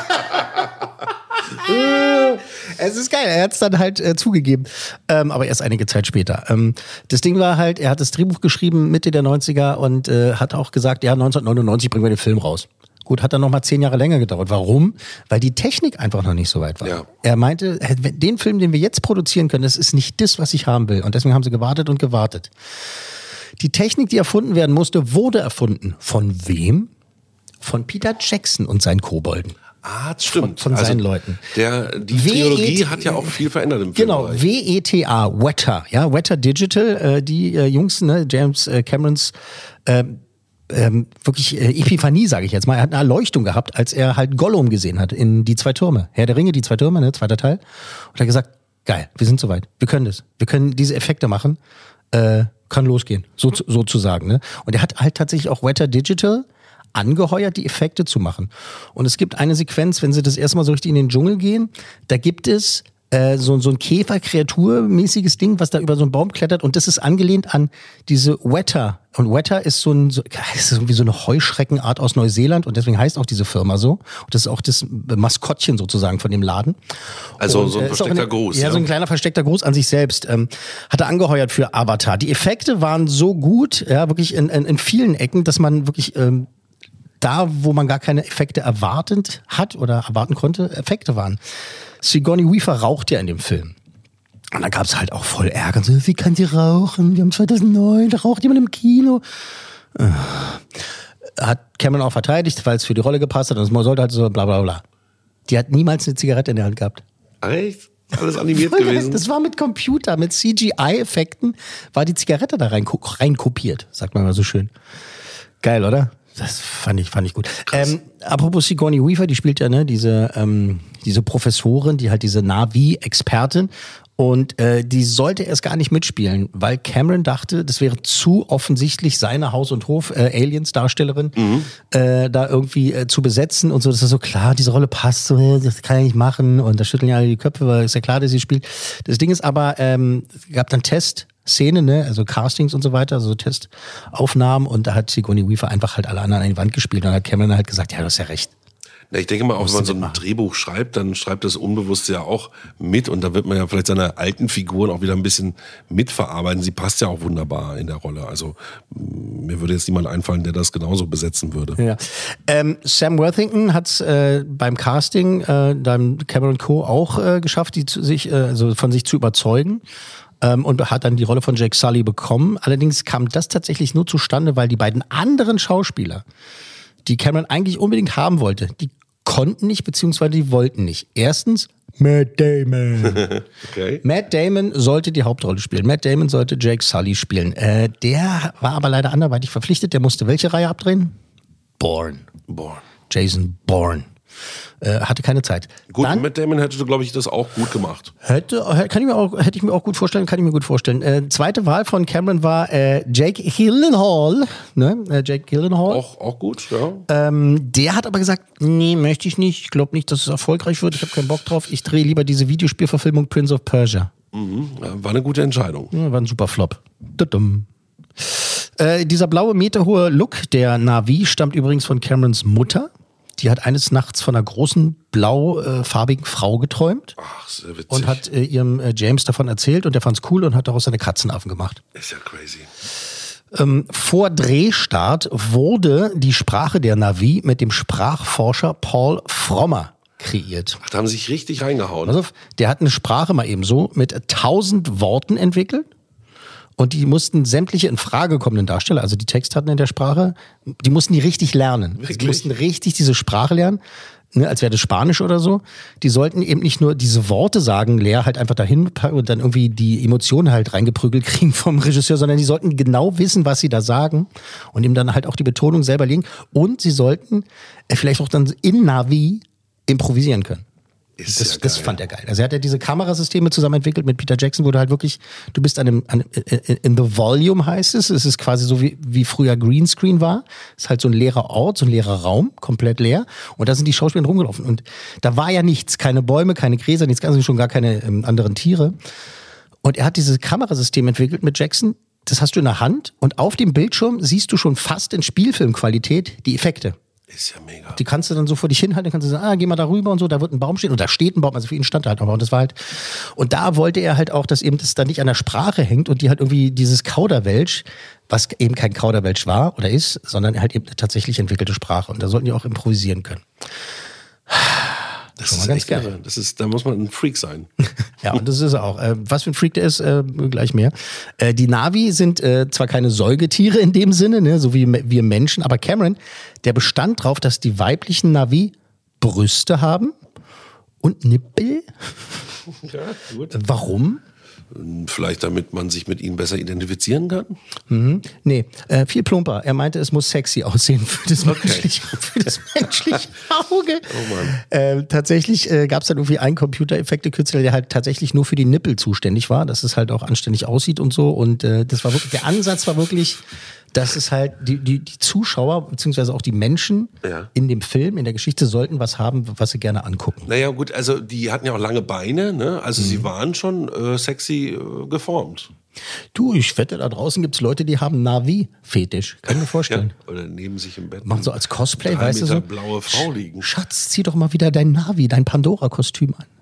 Es ist geil, er hat es dann halt äh, zugegeben, ähm, aber erst einige Zeit später. Ähm, das Ding war halt, er hat das Drehbuch geschrieben Mitte der neunziger und äh, hat auch gesagt, ja, neunzehnhundertneunundneunzig bringen wir den Film raus. Gut, hat dann nochmal zehn Jahre länger gedauert. Warum? Weil die Technik einfach noch nicht so weit war. Ja. Er meinte, den Film, den wir jetzt produzieren können, das ist nicht das, was ich haben will. Und deswegen haben sie gewartet und gewartet. Die Technik, die erfunden werden musste, wurde erfunden. Von wem? Von Peter Jackson und seinen Kobolden. Ah, das stimmt. Von, von also seinen Leuten. Der, die Trilogie hat ja auch viel verändert im Film. Genau, W E T A, Weta, ja, Weta Digital, äh, die äh, Jungs, ne, James äh, Camerons äh, ähm, wirklich äh, Epiphanie, sage ich jetzt mal. Er hat eine Erleuchtung gehabt, als er halt Gollum gesehen hat in Die zwei Türme. Herr der Ringe, Die zwei Türme, ne, zweiter Teil. Und er hat gesagt, geil, wir sind soweit, wir können das. Wir können diese Effekte machen, äh, kann losgehen, so, sozusagen. Ne? Und er hat halt tatsächlich auch Weta Digital angeheuert, die Effekte zu machen. Und es gibt eine Sequenz, wenn sie das erste Mal so richtig in den Dschungel gehen, da gibt es äh, so, so ein Käfer-Kreatur-mäßiges Ding, was da über so einen Baum klettert und das ist angelehnt an diese Weta. Und Weta ist so ein, so, ist irgendwie so eine Heuschreckenart aus Neuseeland und deswegen heißt auch diese Firma so. Und das ist auch das Maskottchen sozusagen von dem Laden. Also und, so ein äh, versteckter eine, Gruß. Ja, ja, so ein kleiner versteckter Gruß an sich selbst. Ähm, hat er angeheuert für Avatar. Die Effekte waren so gut, ja, wirklich in, in, in vielen Ecken, dass man wirklich ähm, da, wo man gar keine Effekte erwartend hat oder erwarten konnte, Effekte waren. Sigourney Weaver raucht ja in dem Film. Und da gab es halt auch voll Ärger. So, wie kann sie rauchen? Wir haben zweitausendneun, da raucht jemand im Kino. Hat Cameron auch verteidigt, weil es für die Rolle gepasst hat. Und es sollte halt so bla bla bla. Die hat niemals eine Zigarette in der Hand gehabt. Echt? Alles animiert gewesen? Das war mit Computer, mit C G I-Effekten, war die Zigarette da rein, rein kopiert, sagt man mal so schön. Geil, oder? Das fand ich, fand ich gut. Ähm, apropos Sigourney Weaver, die spielt ja ne diese ähm, diese Professorin, die halt diese Navi-Expertin und äh, die sollte erst gar nicht mitspielen, weil Cameron dachte, das wäre zu offensichtlich seine Haus- und Hof-Aliens-Darstellerin mhm. äh, da irgendwie äh, zu besetzen und so. Das ist so klar, diese Rolle passt so, das kann ich nicht machen und da schütteln ja alle die Köpfe, weil ist ja klar, dass sie spielt. Das Ding ist aber, ähm, es gab dann Test Szene, ne, also Castings und so weiter, also Testaufnahmen und da hat Sigourney Weaver einfach halt alle anderen an die Wand gespielt und dann hat Cameron halt gesagt, ja, du hast ja recht. Ja, ich denke mal, auch wenn man so ein Drehbuch schreibt, dann schreibt das unbewusst ja auch mit und da wird man ja vielleicht seine alten Figuren auch wieder ein bisschen mitverarbeiten. Sie passt ja auch wunderbar in der Rolle. Also mir würde jetzt niemand einfallen, der das genauso besetzen würde. Ja. Ähm, Sam Worthington hat es äh, beim Casting, äh, dann Cameron Co. auch äh, geschafft, die zu, sich, äh, also von sich zu überzeugen. Ähm, und hat dann die Rolle von Jake Sully bekommen. Allerdings kam das tatsächlich nur zustande, weil die beiden anderen Schauspieler, die Cameron eigentlich unbedingt haben wollte, die konnten nicht, beziehungsweise die wollten nicht. Erstens Matt Damon. Okay. Matt Damon sollte die Hauptrolle spielen. Matt Damon sollte Jake Sully spielen. Äh, der war aber leider anderweitig verpflichtet. Der musste welche Reihe abdrehen? Bourne. Bourne. Jason Bourne. Äh, hatte keine Zeit. Gut, Dann, Matt Damon hätte, glaube ich, das auch gut gemacht. Hätte, kann ich mir auch, hätte ich mir auch gut vorstellen, kann ich mir gut vorstellen. Äh, zweite Wahl von Cameron war äh, Jake Gyllenhaal. Ne? Äh, Jake Gyllenhaal. Auch, auch gut, ja. Ähm, der hat aber gesagt, nee, möchte ich nicht. Ich glaube nicht, dass es erfolgreich wird. Ich habe keinen Bock drauf. Ich drehe lieber diese Videospielverfilmung Prince of Persia. Mhm. War eine gute Entscheidung. Ja, war ein super Flop. Äh, dieser blaue, meterhohe Look der Na'vi stammt übrigens von Camerons Mutter. Die hat eines Nachts von einer großen, blau-farbigen Frau geträumt. Ach, sehr witzig. Und hat äh, ihrem äh, James davon erzählt und der fand's cool und hat daraus seine Katzenaffen gemacht. Ist ja crazy. Ähm, vor Drehstart wurde die Sprache der Na'vi mit dem Sprachforscher Paul Frommer kreiert. Ach, da haben sie sich richtig reingehauen. Also, der hat eine Sprache mal eben so mit tausend Worten entwickelt. Und die mussten sämtliche in Frage kommenden Darsteller, also die Textdaten in der Sprache, die mussten die richtig lernen. Wirklich? Die mussten richtig diese Sprache lernen. ne, als wäre das Spanisch oder so. Die sollten eben nicht nur diese Worte sagen, leer halt einfach dahin und dann irgendwie die Emotionen halt reingeprügelt kriegen vom Regisseur, sondern die sollten genau wissen, was sie da sagen und ihm dann halt auch die Betonung selber legen. Und sie sollten vielleicht auch dann in Navi improvisieren können. Ist Das, ja das geil. fand er geil. Also er hat ja diese Kamerasysteme zusammen entwickelt mit Peter Jackson, wo du halt wirklich, du bist an einem, an, in the volume heißt es, es ist quasi so wie, wie früher Greenscreen war. Es ist halt so ein leerer Ort, so ein leerer Raum, komplett leer. Und da sind die Schauspieler rumgelaufen. Und da war ja nichts, keine Bäume, keine Gräser, nichts, ganz schon gar keine ähm, anderen Tiere. Und er hat dieses Kamerasystem entwickelt mit Jackson. Das hast du in der Hand und auf dem Bildschirm siehst du schon fast in Spielfilmqualität die Effekte. Ist ja mega. Die kannst du dann so vor dich hinhalten, dann kannst du sagen, ah, geh mal da rüber und so, da wird ein Baum stehen und da steht ein Baum, also für ihn stand da halt noch. Und das war halt, und da wollte er halt auch, dass eben das dann nicht an der Sprache hängt und die halt irgendwie dieses Kauderwelsch, was eben kein Kauderwelsch war oder ist, sondern halt eben eine tatsächlich entwickelte Sprache. Und da sollten die auch improvisieren können. Das Schon ist mal echt ganz geil. Das ist, da muss man ein Freak sein. Ja, und das ist er auch. Äh, was für ein Freak der ist, äh, gleich mehr. Äh, die Navi sind äh, zwar keine Säugetiere in dem Sinne, ne, so wie wir Menschen, aber Cameron, der bestand drauf, dass die weiblichen Navi Brüste haben und Nippel. Ja, gut. Warum? Vielleicht damit man sich mit ihnen besser identifizieren kann? Mhm. Nee, äh, viel plumper. Er meinte, es muss sexy aussehen für das, Okay. menschliche, für das menschliche Auge. Oh Mann. Äh, tatsächlich äh, gab es dann irgendwie einen Computereffekte-Künstler, der halt tatsächlich nur für die Nippel zuständig war, dass es halt auch anständig aussieht und so. Und äh, das war wirklich, der Ansatz war wirklich, dass es halt die, die, die Zuschauer, beziehungsweise auch die Menschen Ja. in dem Film, in der Geschichte, sollten was haben, was sie gerne angucken. Naja, gut, also die hatten ja auch lange Beine, ne? Also Mhm. sie waren schon äh, sexy äh, geformt. Du, ich wette, da draußen gibt's Leute, die haben Navi-Fetisch. Kann ich mir vorstellen. Ja. Oder neben sich im Bett. Machen so als Cosplay, drei weißt du Meter so? blaue Frau liegen. Schatz, zieh doch mal wieder dein Navi, dein Pandora-Kostüm an.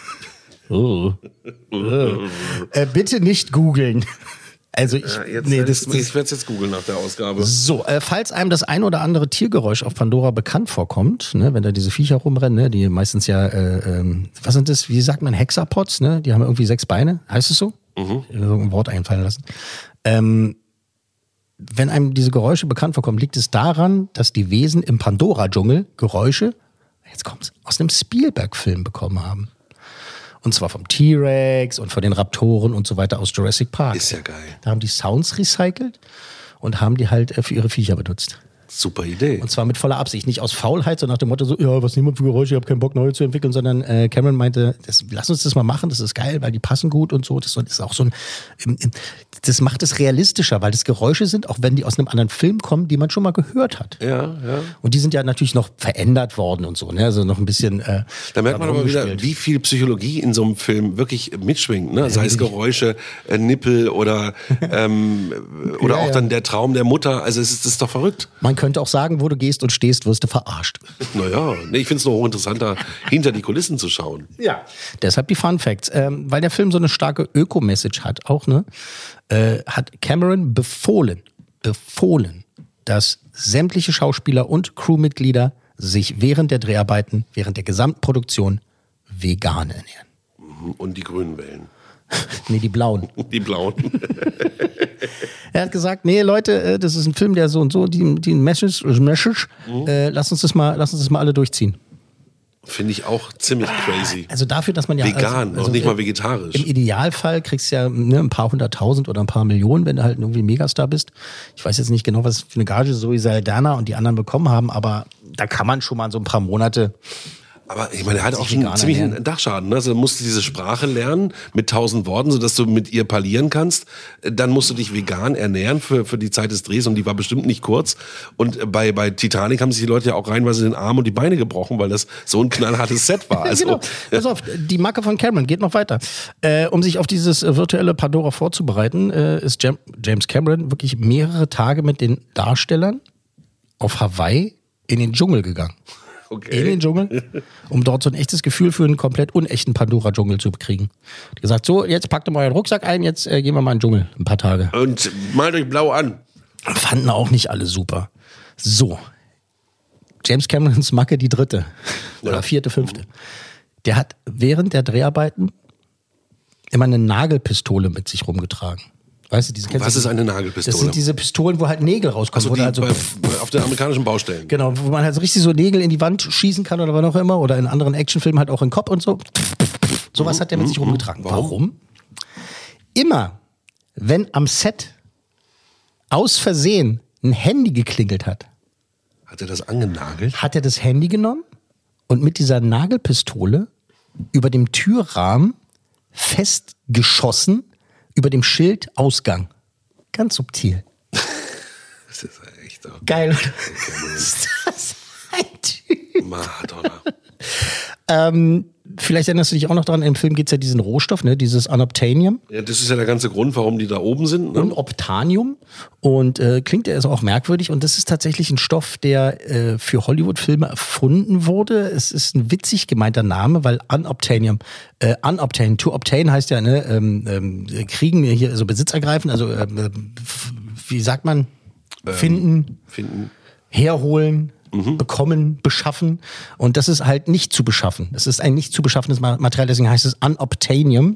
oh. oh. Äh, bitte nicht googeln. Also ich, Ja, jetzt, nee, das, das, ich das, werde es jetzt googeln nach der Ausgabe. so, äh, falls einem das ein oder andere Tiergeräusch auf Pandora bekannt vorkommt, ne, wenn da diese Viecher rumrennen, ne, die meistens ja, äh, ähm, was sind das, wie sagt man, Hexapods, ne, die haben irgendwie sechs Beine, heißt es so? Mhm. Ein Wort einfallen lassen. Ähm, wenn einem diese Geräusche bekannt vorkommen, liegt es daran, dass die Wesen im Pandora-Dschungel Geräusche, jetzt kommt's, aus einem Spielberg-Film bekommen haben. Und zwar vom T-Rex und von den Raptoren und so weiter aus Jurassic Park. Ist ja geil. Da haben die Sounds recycelt und haben die halt äh, für ihre Viecher benutzt. Super Idee. Und zwar mit voller Absicht. Nicht aus Faulheit, so nach dem Motto, so, ja, was niemand für Geräusche, ich habe keinen Bock, neue zu entwickeln, sondern äh, Cameron meinte, das, lass uns das mal machen, das ist geil, weil die passen gut und so. Das ist auch so ein, im, im, das macht es realistischer, weil das Geräusche sind, auch wenn die aus einem anderen Film kommen, die man schon mal gehört hat. Ja, ja. Und die sind ja natürlich noch verändert worden und so, ne? Also noch ein bisschen. Äh, Da merkt man aber wieder, umgestellt. wie viel Psychologie in so einem Film wirklich mitschwingt. Ne? Sei es Geräusche, äh, Nippel oder, ähm, oder Ja, auch ja. dann der Traum der Mutter. Also es ist, das ist doch verrückt. Man könnte auch sagen, wo du gehst und stehst, wirst du verarscht. Naja, nee, ich finde es noch hochinteressanter, hinter die Kulissen zu schauen. Ja. Deshalb die Fun Facts. Ähm, weil der Film so eine starke Öko-Message hat, auch, ne, äh, hat Cameron befohlen, befohlen, dass sämtliche Schauspieler und Crewmitglieder sich während der Dreharbeiten, während der Gesamtproduktion vegan ernähren. Und die grünen Wellen. Nee, die blauen. Die blauen. Er hat gesagt, nee, Leute, äh, das ist ein Film, der so und so, die, die Message, Message äh, lass uns das mal, lass uns das mal alle durchziehen. Finde ich auch ziemlich crazy. Also dafür, dass man ja... Vegan, also, noch nicht mal im- vegetarisch. Im Idealfall kriegst du ja ne, ein paar hunderttausend oder ein paar Millionen, wenn du halt irgendwie Megastar bist. Ich weiß jetzt nicht genau, was für eine Gage Zoe Saldana und die anderen bekommen haben, aber da kann man schon mal so ein paar Monate... Aber ich meine, er hat auch Sich schon vegan ziemlich ernähren. einen Dachschaden. Ne? Also du musst diese Sprache lernen mit tausend Worten, sodass du mit ihr parlieren kannst. Dann musst du dich vegan ernähren für, für die Zeit des Drehs und die war bestimmt nicht kurz. Und bei, bei Titanic haben sich die Leute ja auch reinweise den Arm und die Beine gebrochen, weil das so ein knallhartes Set war. Also, genau. Pass auf, die Macke von Cameron geht noch weiter. Äh, um sich auf dieses äh, virtuelle Pandora vorzubereiten, äh, ist Jam- James Cameron wirklich mehrere Tage mit den Darstellern auf Hawaii in den Dschungel gegangen. okay. In den Dschungel, um dort so ein echtes Gefühl für einen komplett unechten Pandora-Dschungel zu bekriegen. Hat gesagt, so, jetzt packt ihr mal euren Rucksack ein, jetzt äh, gehen wir mal in den Dschungel, ein paar Tage. Und malt euch blau an. Fanden auch nicht alle super. So, James Camerons Macke, die dritte oder Ja. vierte, fünfte. Der hat während der Dreharbeiten immer eine Nagelpistole mit sich rumgetragen. Weißt du, diese kennst Was du, ist eine Nagelpistole? Das sind diese Pistolen, wo halt Nägel rauskommen. Also die halt so, bei, auf den amerikanischen Baustellen. genau, wo man halt so richtig so Nägel in die Wand schießen kann oder was auch immer. Oder in anderen Actionfilmen halt auch in den Kopf und so. Sowas mhm. hat der mit sich rumgetragen. Warum? Warum? Immer, wenn am Set aus Versehen ein Handy geklingelt hat. Hat er das angenagelt? Hat er das Handy genommen und mit dieser Nagelpistole über dem Türrahmen festgeschossen, über dem Schild Ausgang. Ganz subtil. Das ist echt so. Geil. Ist das ein Typ? Madonna. ähm, vielleicht erinnerst du dich auch noch dran, im Film geht es ja diesen Rohstoff, ne, dieses Unobtainium. Ja, das ist ja der ganze Grund, warum die da oben sind. Ne? Und Obtanium. Und äh, klingt ja also auch merkwürdig. Und das ist tatsächlich ein Stoff, der äh, für Hollywood-Filme erfunden wurde. Es ist ein witzig gemeinter Name, weil Unobtainium, äh, Unobtain, to obtain heißt ja, ne, ähm, ähm, kriegen wir hier, also Besitz ergreifen, also äh, wie sagt man, finden, ähm, finden. herholen. Mhm. bekommen, beschaffen. Und das ist halt nicht zu beschaffen. Es ist ein nicht zu beschaffenes Material, deswegen heißt es Unobtainium.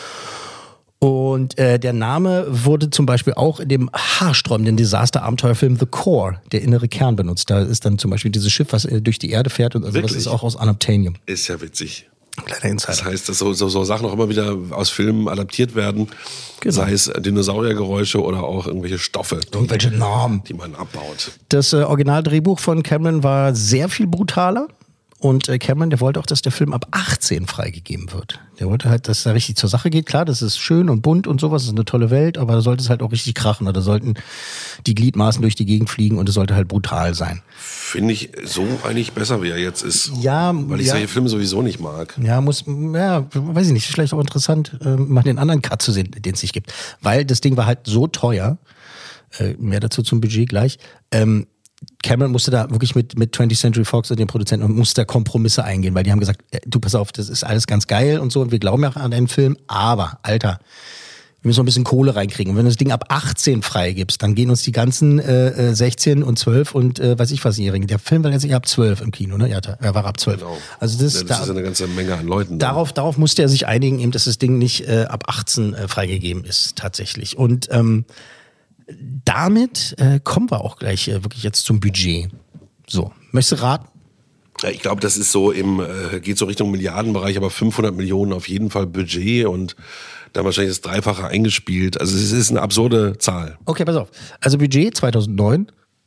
Und äh, der Name wurde zum Beispiel auch in dem haarsträubenden Desaster-Abenteuerfilm The Core, der innere Kern, benutzt. Da ist dann zum Beispiel dieses Schiff, was äh, durch die Erde fährt und also das ist auch aus Unobtainium. Ist ja witzig. Kleiner Insider. Das heißt, dass so, so, so Sachen auch immer wieder aus Filmen adaptiert werden. Genau. Sei es Dinosauriergeräusche oder auch irgendwelche Stoffe. Irgendwelche Namen. Die man abbaut. Das äh, Originaldrehbuch von Cameron war sehr viel brutaler. Und äh, Cameron, der wollte auch, dass der Film ab achtzehn freigegeben wird. Der wollte halt, dass da richtig zur Sache geht. Klar, das ist schön und bunt und sowas, das ist eine tolle Welt, aber da sollte es halt auch richtig krachen. Oder sollten die Gliedmaßen durch die Gegend fliegen und es sollte halt brutal sein. Finde ich so eigentlich besser, wie er jetzt ist. Ja, weil ich ja. solche Filme sowieso nicht mag. Ja, muss, ja, weiß ich nicht, vielleicht auch interessant, äh, mal den anderen Cut zu sehen, den es nicht gibt. Weil das Ding war halt so teuer, äh, mehr dazu zum Budget gleich, ähm, Cameron musste da wirklich mit, mit twentieth Century Fox und den Produzenten und musste da Kompromisse eingehen, weil die haben gesagt, du pass auf, das ist alles ganz geil und so und wir glauben ja an deinen Film, aber, Alter, wir müssen noch ein bisschen Kohle reinkriegen. Und wenn du das Ding ab achtzehn freigibst, dann gehen uns die ganzen äh, sechzehn und zwölf und äh, weiß ich was Jährigen. Der Film war jetzt ab zwölf im Kino, ne? Ja, er war ab zwölf. Genau. Also das, ja, das da, ist eine ganze Menge an Leuten. Darauf, darauf musste er sich einigen, eben, dass das Ding nicht äh, ab achtzehn äh, freigegeben ist, tatsächlich. Und ähm, damit äh, kommen wir auch gleich äh, wirklich jetzt zum Budget. So, möchtest du raten? Ja, ich glaube, das ist so im, äh, geht so Richtung Milliardenbereich, aber fünfhundert Millionen auf jeden Fall Budget und dann wahrscheinlich das Dreifache eingespielt. Also es ist eine absurde Zahl. Okay, pass auf. Also Budget zweitausendneun,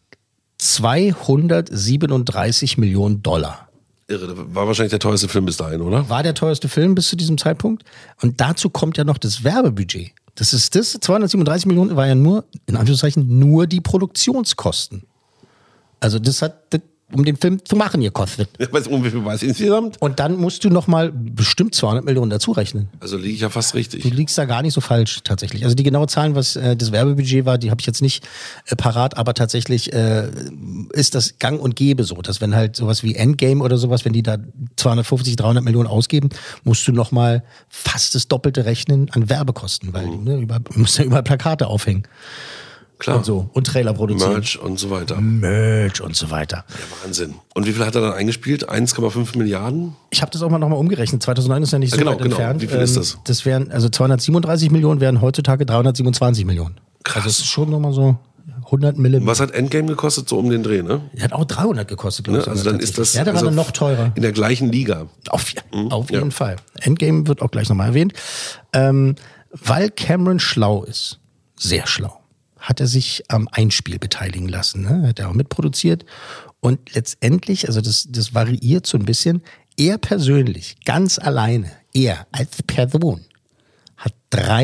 zweihundertsiebenunddreißig Millionen Dollar. Irre, das war wahrscheinlich der teuerste Film bis dahin, oder? War der teuerste Film bis zu diesem Zeitpunkt. Und dazu kommt ja noch das Werbebudget. Das ist das, zweihundertsiebenunddreißig Millionen war ja nur, in Anführungszeichen, nur die Produktionskosten. Also das hat, das, um den Film zu machen, gekostet. Ja, weißt du, um wie viel war es insgesamt? Und dann musst du nochmal bestimmt zweihundert Millionen dazu rechnen. Also liege ich ja fast richtig. Du liegst da gar nicht so falsch, tatsächlich. Also die genaue Zahlen, was äh, das Werbebudget war, die habe ich jetzt nicht äh, parat, aber tatsächlich äh, ist das gang und gäbe so, dass wenn halt sowas wie Endgame oder sowas, wenn die da zweihundertfünfzig, dreihundert Millionen ausgeben, musst du nochmal fast das Doppelte rechnen an Werbekosten, weil mhm. du ne, über, musst ja überall Plakate aufhängen. Klar. Und so. Und Trailer produzieren. Merch und so weiter. Merch und so weiter. Ja, Wahnsinn. Und wie viel hat er dann eingespielt? eins Komma fünf Milliarden? Ich habe das auch mal nochmal umgerechnet. zweitausendneun ist ja nicht so ja, genau, weit genau. entfernt. Wie viel ist das? Das wären, also zweihundertsiebenunddreißig Millionen wären heutzutage dreihundertsiebenundzwanzig Millionen. Krass. Also das ist schon nochmal so hundert Millionen. Was hat Endgame gekostet? So um den Dreh, ne? Der hat auch dreihundert gekostet, glaube ich. Ne? Also dann ist das ja, der also war dann noch teurer. In der gleichen Liga. Auf, mhm. auf jeden ja. Fall. Endgame wird auch gleich nochmal erwähnt. Ähm, weil Cameron schlau ist, sehr schlau, hat er sich am Einspiel beteiligen lassen. Ne? Hat er auch mitproduziert. Und letztendlich, also das, das variiert so ein bisschen, er persönlich, ganz alleine, er als Person, hat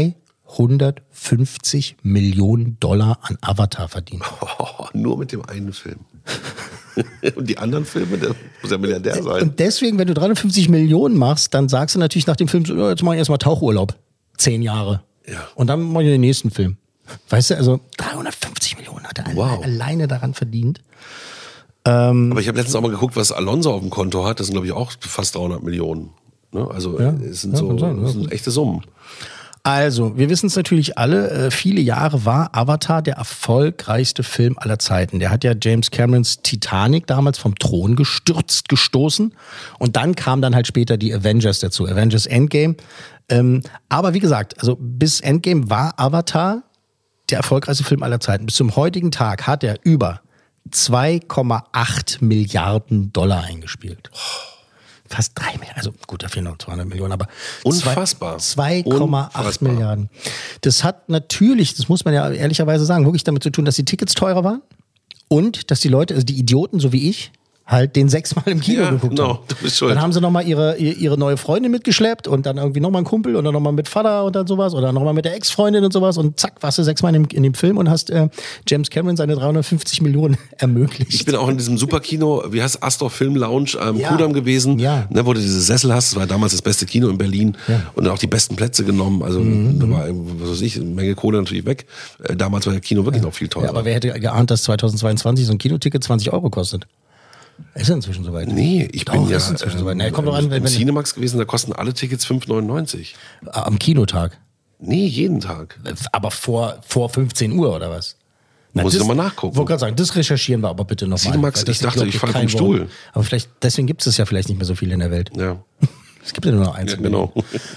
dreihundertfünfzig Millionen Dollar an Avatar verdient. Oh, nur mit dem einen Film. Und die anderen Filme, der muss ja Milliardär sein. Und deswegen, wenn du dreihundertfünfzig Millionen machst, dann sagst du natürlich nach dem Film so, ja, jetzt mach ich erstmal Tauchurlaub. Zehn Jahre. Ja. Und dann mach ich den nächsten Film. Weißt du, also dreihundertfünfzig Millionen hat er wow. alleine daran verdient. Ähm, Aber ich habe letztens auch mal geguckt, was Alonso auf dem Konto hat. Das sind, glaube ich, auch fast dreihundert Millionen. Ne? Also ja, es sind ja, so sein, das ja. sind echte Summen. Also, wir wissen es natürlich alle, äh, viele Jahre war Avatar der erfolgreichste Film aller Zeiten. Der hat ja James Camerons Titanic damals vom Thron gestürzt, gestoßen. Und dann kam dann halt später die Avengers dazu, Avengers Endgame. Ähm, aber wie gesagt, also bis Endgame war Avatar der erfolgreichste Film aller Zeiten. Bis zum heutigen Tag hat er über zwei Komma acht Milliarden Dollar eingespielt. Fast drei Milliarden, also gut, da fehlen noch zweihundert Millionen, aber unfassbar. zwei Komma acht Milliarden. Das hat natürlich, das muss man ja ehrlicherweise sagen, wirklich damit zu tun, dass die Tickets teurer waren und dass die Leute, also die Idioten, so wie ich, halt den sechsmal im Kino ja, geguckt no, haben. du bist schuld. Dann haben sie nochmal ihre, ihre neue Freundin mitgeschleppt und dann irgendwie nochmal einen Kumpel oder nochmal mit Vater und dann sowas oder nochmal mit der Ex-Freundin und sowas und zack, warst du sechsmal in dem, in dem Film und hast äh, James Cameron seine dreihundertfünfzig Millionen ermöglicht. Ich bin auch in diesem Superkino, wie heißt Astor Film Lounge am ja. Kudamm gewesen, ja. ne, wo du diese Sessel hast, das war damals das beste Kino in Berlin ja. und dann auch die besten Plätze genommen, also mhm. da war, was weiß ich, eine Menge Kohle natürlich weg. Äh, damals war der Kino wirklich ja. noch viel teurer. Ja, aber wer hätte geahnt, dass zweitausendzweiundzwanzig so ein Kinoticket zwanzig Euro kostet? Ist er inzwischen soweit? Nee, ich Doch, bin ja ist inzwischen äh, soweit. Nee, kommt doch an, wenn, im wenn Cinemax gewesen, da kosten alle Tickets fünf neunundneunzig. Am Kinotag? Nee, jeden Tag. Aber vor, vor fünfzehn Uhr oder was? Na, muss ich nochmal nachgucken. Ich wollte gerade sagen, das recherchieren wir aber bitte nochmal. Cinemax, ich dachte, ich falle vom Stuhl. Wort. Aber vielleicht, deswegen gibt es ja vielleicht nicht mehr so viel in der Welt. Ja. Es gibt ja nur noch eins. Ja, genau.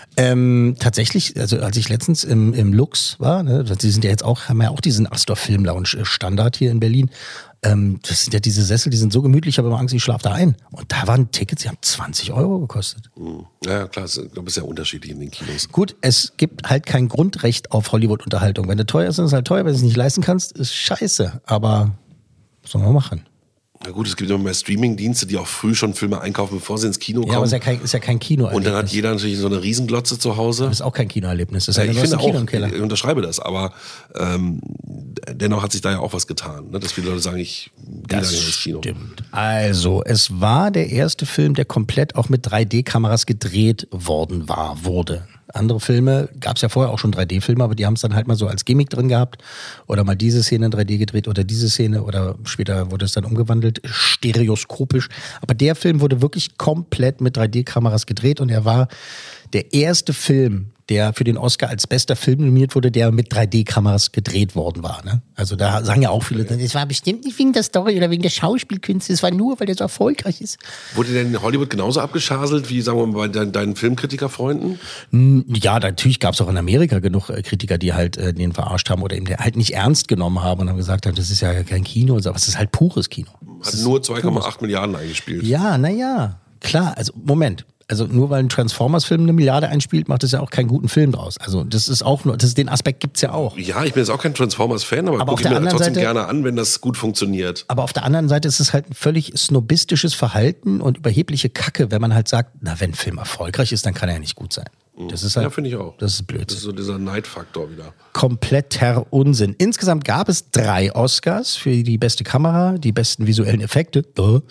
Ähm, tatsächlich, also als ich letztens im, im Lux war, ne, die sind ja jetzt auch, haben ja auch diesen Astor Film Lounge Standard hier in Berlin. Ähm, das sind ja diese Sessel, die sind so gemütlich, ich habe immer Angst, ich schlafe da ein. Und da waren Tickets, die haben zwanzig Euro gekostet. Ja, klar, ich glaube, es ist ja unterschiedlich in den Kinos. Gut, es gibt halt kein Grundrecht auf Hollywood-Unterhaltung. Wenn du teuer ist, ist es halt teuer. Wenn du es nicht leisten kannst, ist scheiße. Aber was soll man machen? Na gut, es gibt immer mehr Streaming-Dienste, die auch früh schon Filme einkaufen, bevor sie ins Kino kommen. Ja, aber es ist ja kein, ist ja kein Kinoerlebnis. Und dann hat jeder natürlich so eine Riesenglotze zu Hause. Das ist auch kein Kinoerlebnis. Das ist ja, ja, ich du hast finde ein Kino auch, im Keller. ich unterschreibe das, aber ähm, dennoch hat sich da ja auch was getan, ne? Dass viele Leute sagen, ich gehe da nicht ins Kino. Stimmt. Also, es war der erste Film, der komplett auch mit drei D-Kameras gedreht worden war, wurde. Andere Filme, gab es ja vorher auch schon drei D-Filme, aber die haben es dann halt mal so als Gimmick drin gehabt oder mal diese Szene in drei D gedreht oder diese Szene oder später wurde es dann umgewandelt, stereoskopisch. Aber der Film wurde wirklich komplett mit drei D-Kameras gedreht und er war der erste Film, der für den Oscar als bester Film nominiert wurde, der mit drei D-Kameras gedreht worden war. Ne? Also da sagen ja auch viele, es war bestimmt nicht wegen der Story oder wegen der Schauspielkünste, es war nur, weil der so erfolgreich ist. Wurde denn in Hollywood genauso abgeschaselt wie, sagen wir mal, bei deinen, deinen Filmkritikerfreunden? Ja, natürlich gab es auch in Amerika genug Kritiker, die halt äh, den verarscht haben oder eben halt nicht ernst genommen haben und haben gesagt haben, das ist ja kein Kino, aber es ist halt pures Kino. Hat nur zwei Komma acht Milliarden eingespielt. Ja, naja, klar, also Moment. Also nur weil ein Transformers-Film eine Milliarde einspielt, macht das ja auch keinen guten Film draus. Also das ist auch nur, das, den Aspekt gibt's ja auch. Ja, ich bin jetzt auch kein Transformers-Fan, aber, aber gucke ich mir trotzdem Seite, gerne an, wenn das gut funktioniert. Aber auf der anderen Seite ist es halt ein völlig snobistisches Verhalten und überhebliche Kacke, wenn man halt sagt, na, wenn ein Film erfolgreich ist, dann kann er ja nicht gut sein. Das ist halt, ja, finde ich auch. Das ist Blödsinn. Das ist so dieser Neidfaktor wieder. Kompletter Unsinn. Insgesamt gab es drei Oscars für die beste Kamera, die besten visuellen Effekte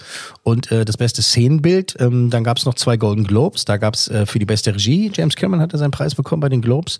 und äh, das beste Szenenbild. Ähm, dann gab es noch zwei Golden Globes. Da gab es äh, für die beste Regie. James Cameron hatte seinen Preis bekommen bei den Globes.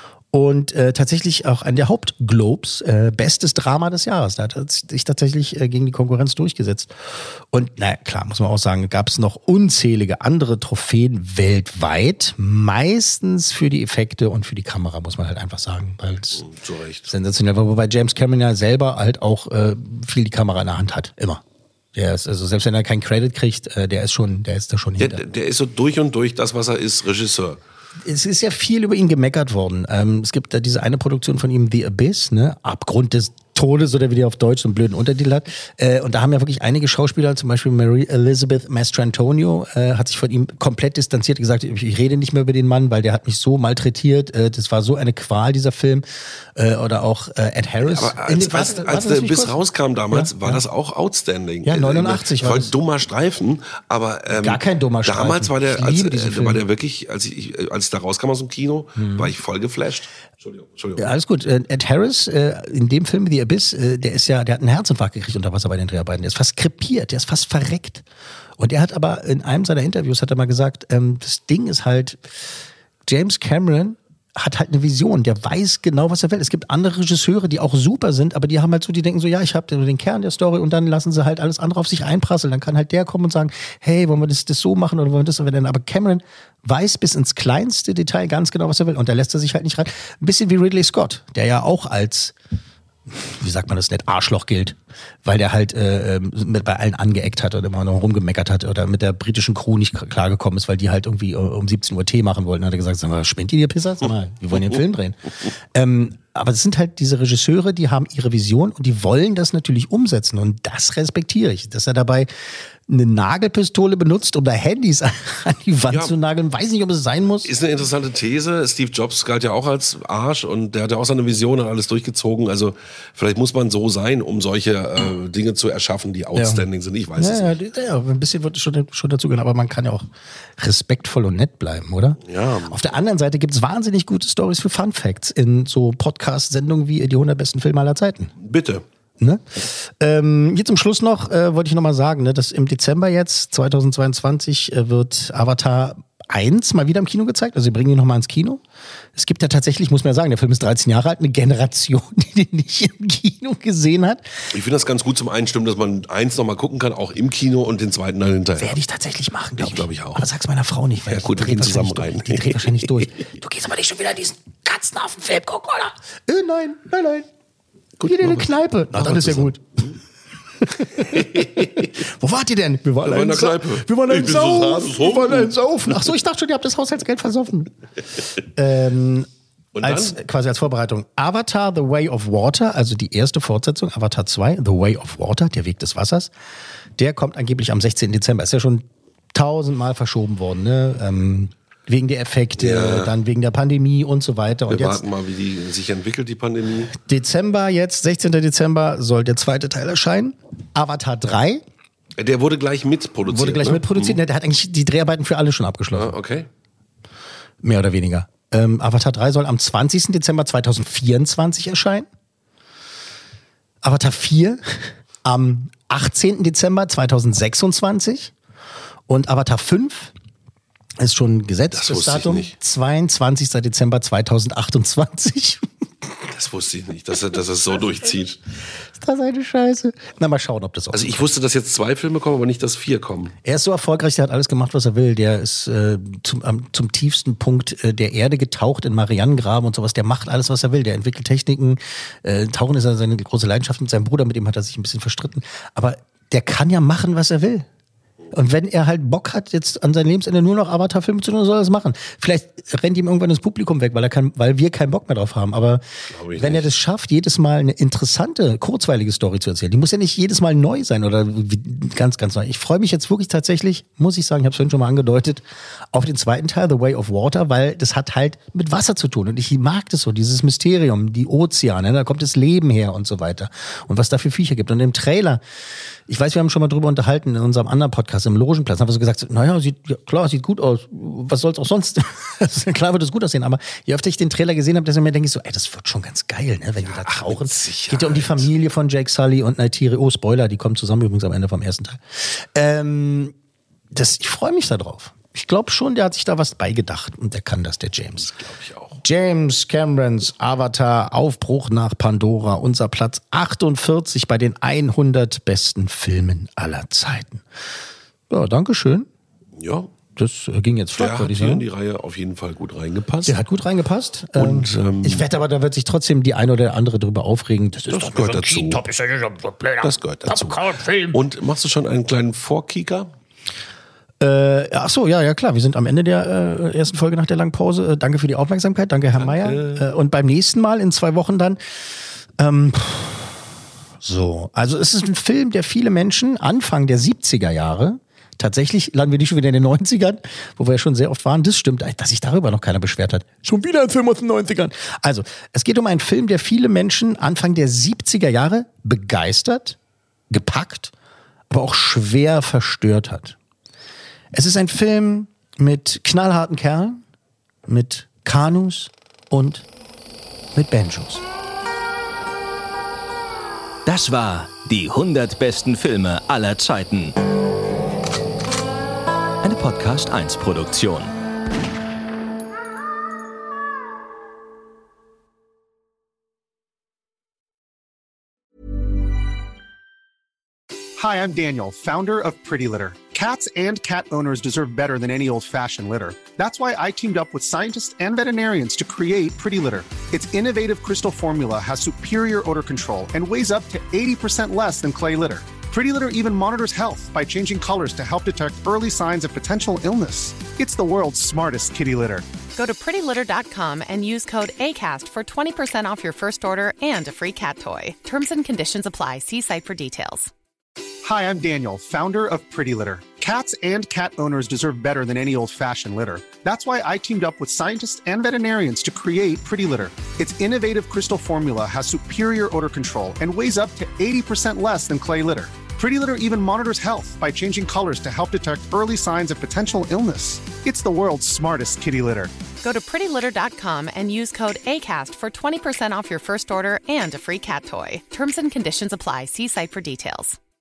Und äh, tatsächlich auch an der Hauptglobes äh, bestes Drama des Jahres. Da hat er sich tatsächlich äh, gegen die Konkurrenz durchgesetzt. Und naja, klar, muss man auch sagen, gab es noch unzählige andere Trophäen weltweit. Meistens für die Effekte und für die Kamera, muss man halt einfach sagen. Weil es zu Recht. Sensationell war, wobei James Cameron ja selber halt auch äh, viel die Kamera in der Hand hat. Immer. Der ist, also selbst wenn er keinen Credit kriegt, äh, der ist schon, der ist da schon hinter. Der, der ist so durch und durch das, was er ist, Regisseur. Es ist ja viel über ihn gemeckert worden. Ähm, es gibt da diese eine Produktion von ihm, The Abyss, ne? Abgrund des Todes oder wie die auf Deutsch so einen blöden Untertitel hat. Äh, und da haben ja wirklich einige Schauspieler, zum Beispiel Mary Elizabeth Mastrantonio, äh, hat sich von ihm komplett distanziert, gesagt, ich, ich rede nicht mehr über den Mann, weil der hat mich so malträtiert. Äh, das war so eine Qual, dieser Film. Äh, oder auch äh, Ed Harris. Aber als, den, als, warte, als warte, der Biss rauskam damals, ja, war ja. das auch outstanding. Ja, neunundachtzig äh, war das. Voll dummer Streifen, aber ähm, gar kein dummer Streifen. Damals war der, als, äh, war der Filme. wirklich, als ich, als ich da rauskam aus dem Kino, hm. war ich voll geflasht. Entschuldigung, Entschuldigung. Ja, alles gut. Ed Harris, äh, in dem Film The Abyss, äh, der ist ja, der hat einen Herzinfarkt gekriegt unter Wasser bei den Dreharbeiten. Der ist fast krepiert, der ist fast verreckt. Und er hat aber in einem seiner Interviews hat er mal gesagt, ähm, das Ding ist halt, James Cameron hat halt eine Vision, der weiß genau, was er will. Es gibt andere Regisseure, die auch super sind, aber die haben halt so, die denken so, ja, ich habe den Kern der Story und dann lassen sie halt alles andere auf sich einprasseln. Dann kann halt der kommen und sagen, hey, wollen wir das, das so machen oder wollen wir das so werden? Aber Cameron weiß bis ins kleinste Detail ganz genau, was er will und da lässt er sich halt nicht rein. Ein bisschen wie Ridley Scott, der ja auch als, wie sagt man das nicht, Arschloch gilt, weil der halt äh, mit bei allen angeeckt hat oder immer noch rumgemeckert hat oder mit der britischen Crew nicht klargekommen ist, weil die halt irgendwie um siebzehn Uhr Tee machen wollten. Dann hat er gesagt, sag mal, spinnt ihr, ihr Pisser? Sag mal, wir wollen den Film drehen. ähm, aber es sind halt diese Regisseure, die haben ihre Vision und die wollen das natürlich umsetzen und das respektiere ich. Dass er dabei eine Nagelpistole benutzt, um da Handys an die Wand Ja. zu nageln, weiß nicht, ob es sein muss. Ist eine interessante These. Steve Jobs galt ja auch als Arsch und der hat ja auch seine Vision und alles durchgezogen. Also vielleicht muss man so sein, um solche äh, Dinge zu erschaffen, die outstanding sind. Ich weiß es Ja, nicht. ja, ja, ein bisschen wird es schon, schon dazu gehen, aber man kann ja auch respektvoll und nett bleiben, oder? Ja. Auf der anderen Seite gibt es wahnsinnig gute Stories für Fun Facts in so Podcast-Sendungen wie die hundert besten Filme aller Zeiten. Bitte. Ne? Ähm, hier zum Schluss noch äh, wollte ich noch mal sagen, ne, dass im Dezember jetzt zweitausendzweiundzwanzig äh, wird Avatar eins mal wieder im Kino gezeigt. Also sie bringen ihn noch mal ins Kino. Es gibt ja tatsächlich, muss man ja sagen, der Film ist dreizehn Jahre alt, eine Generation, die den nicht im Kino gesehen hat. Ich finde das ganz gut zum Einstimmen, dass man eins noch mal gucken kann, auch im Kino und den zweiten dann hinterher. Werde ich tatsächlich machen, glaube Ich glaube ich auch. Aber sag's meiner Frau nicht, weil Ja, gut, die wir gehen dreht zusammen wahrscheinlich rein. durch. Die dreht wahrscheinlich durch. Du gehst aber nicht schon wieder diesen Katzenaffen-Film gucken, oder? Äh, nein, nein, nein. Gut, Geht in eine machen wir- Kneipe. Na, machen dann wir ist ja zusammen. gut. Wo wart ihr denn? Wir waren Wir waren in der Sa- Kneipe. Wir waren Ich ein bin so Saufen. hart Wir waren ein Saufen. Ach so, ich dachte schon, ihr habt das Haushaltsgeld versoffen. ähm, Und als, dann? quasi als Vorbereitung. Avatar, The Way of Water, also die erste Fortsetzung, Avatar zwei, The Way of Water, der Weg des Wassers, der kommt angeblich am sechzehnten Dezember. Ist ja schon tausendmal verschoben worden, ne? Ähm, wegen der Effekte, Ja. dann wegen der Pandemie und so weiter. Wir Und jetzt warten mal, wie die sich entwickelt, die Pandemie. Dezember jetzt, sechzehnten Dezember, soll der zweite Teil erscheinen. Avatar drei Der wurde gleich mitproduziert. wurde gleich ne? mitproduziert. Der hat eigentlich die Dreharbeiten für alle schon abgeschlossen. Ah, okay. Mehr oder weniger. Ähm, Avatar drei soll am zwanzigsten Dezember zweitausendvierundzwanzig erscheinen. Avatar vier am achtzehnten Dezember zweitausendsechsundzwanzig. Und Avatar fünf ist schon gesetzt, Das das wusste ich Datum. nicht. zweiundzwanzigsten Dezember zweitausendachtundzwanzig. Das wusste ich nicht, dass er, dass er es so durchzieht. Ist das eine Scheiße? Na, mal schauen, ob das auch Also ich wusste, dass jetzt zwei Filme kommen, aber nicht, dass vier kommen. Er ist so erfolgreich, der hat alles gemacht, was er will. Der ist äh, zum, am, zum tiefsten Punkt äh, der Erde getaucht in Marianengraben und sowas. Der macht alles, was er will. Der entwickelt Techniken. Äh, Tauchen ist ja seine große Leidenschaft mit seinem Bruder, mit dem hat er sich ein bisschen verstritten. Aber der kann ja machen, was er will. Und wenn er halt Bock hat, jetzt an sein Lebensende nur noch Avatar-Filme zu tun, soll er das machen. Vielleicht rennt ihm irgendwann das Publikum weg, weil er kein, weil wir keinen Bock mehr drauf haben. Aber Glaube ich wenn er nicht. das schafft, jedes Mal eine interessante, kurzweilige Story zu erzählen, die muss ja nicht jedes Mal neu sein oder wie, ganz, ganz neu. Ich freue mich jetzt wirklich tatsächlich, muss ich sagen, ich habe es vorhin schon mal angedeutet, auf den zweiten Teil, The Way of Water, weil das hat halt mit Wasser zu tun. Und ich mag das so, dieses Mysterium, die Ozeane, da kommt das Leben her und so weiter. Und was da für Viecher gibt. Und im Trailer, ich weiß, wir haben schon mal drüber unterhalten in unserem anderen Podcast, im Logenplatz, haben wir so gesagt, naja, sieht, ja, klar, sieht gut aus. Was soll's auch sonst? Klar wird es gut aussehen, aber je öfter ich den Trailer gesehen habe, desto mehr denke ich so, ey, das wird schon ganz geil, ne, wenn die da tauchen. mit Geht ja um die Familie von Jake Sully und Neytiri. Oh, Spoiler, die kommen zusammen übrigens am Ende vom ersten Teil. Ähm, das, ich freue mich da drauf. Ich glaube schon, der hat sich da was beigedacht und der kann das, der James. Glaube ich auch. James Camerons Avatar, Aufbruch nach Pandora, unser Platz achtundvierzig bei den hundert besten Filmen aller Zeiten. Ja, danke schön. Ja, Das äh, ging jetzt flott, der hat würde ich hier in sagen. die Reihe auf jeden Fall gut reingepasst. Der hat gut reingepasst. Und, ähm, ähm, ich wette aber, da wird sich trotzdem die eine oder andere drüber aufregen. Das, ist Das doch gehört nur dazu. ein Top, ist ja nicht so ein blöder Das gehört dazu. Popcorn-Film. Und machst du schon einen kleinen Vorkicker? Äh, ach so, ja, ja klar. Wir sind am Ende der äh, ersten Folge nach der langen Pause. Äh, danke für die Aufmerksamkeit. Danke, Herr Meier. Äh, und beim nächsten Mal in zwei Wochen dann. Ähm, so, also es ist ein Film, der viele Menschen Anfang der siebziger Jahre, tatsächlich landen wir nicht schon wieder in den neunzigern, wo wir ja schon sehr oft waren. Das stimmt, dass sich darüber noch keiner beschwert hat. Schon wieder ein Film aus den neunzigern. Also, es geht um einen Film, der viele Menschen Anfang der siebziger Jahre begeistert, gepackt, aber auch schwer verstört hat. Es ist ein Film mit knallharten Kerlen, mit Kanus und mit Banjos. Das war die hundert besten Filme aller Zeiten. Eine Podcast eins Produktion. Hi, I'm Daniel, founder of Pretty Litter. Cats and cat owners deserve better than any old-fashioned litter. That's why I teamed up with scientists and veterinarians to create Pretty Litter. Its innovative crystal formula has superior odor control and weighs up to eighty percent less than clay litter. Pretty Litter even monitors health by changing colors to help detect early signs of potential illness. It's the world's smartest kitty litter. Go to pretty litter dot com and use code ACAST for twenty percent off your first order and a free cat toy. Terms and conditions apply. See site for details. Hi, I'm Daniel, founder of Pretty Litter. Cats and cat owners deserve better than any old-fashioned litter. That's why I teamed up with scientists and veterinarians to create Pretty Litter. Its innovative crystal formula has superior odor control and weighs up to eighty percent less than clay litter. Pretty Litter even monitors health by changing colors to help detect early signs of potential illness. It's the world's smartest kitty litter. Go to pretty litter dot com and use code ACAST for twenty percent off your first order and a free cat toy. Terms and conditions apply. See site for details.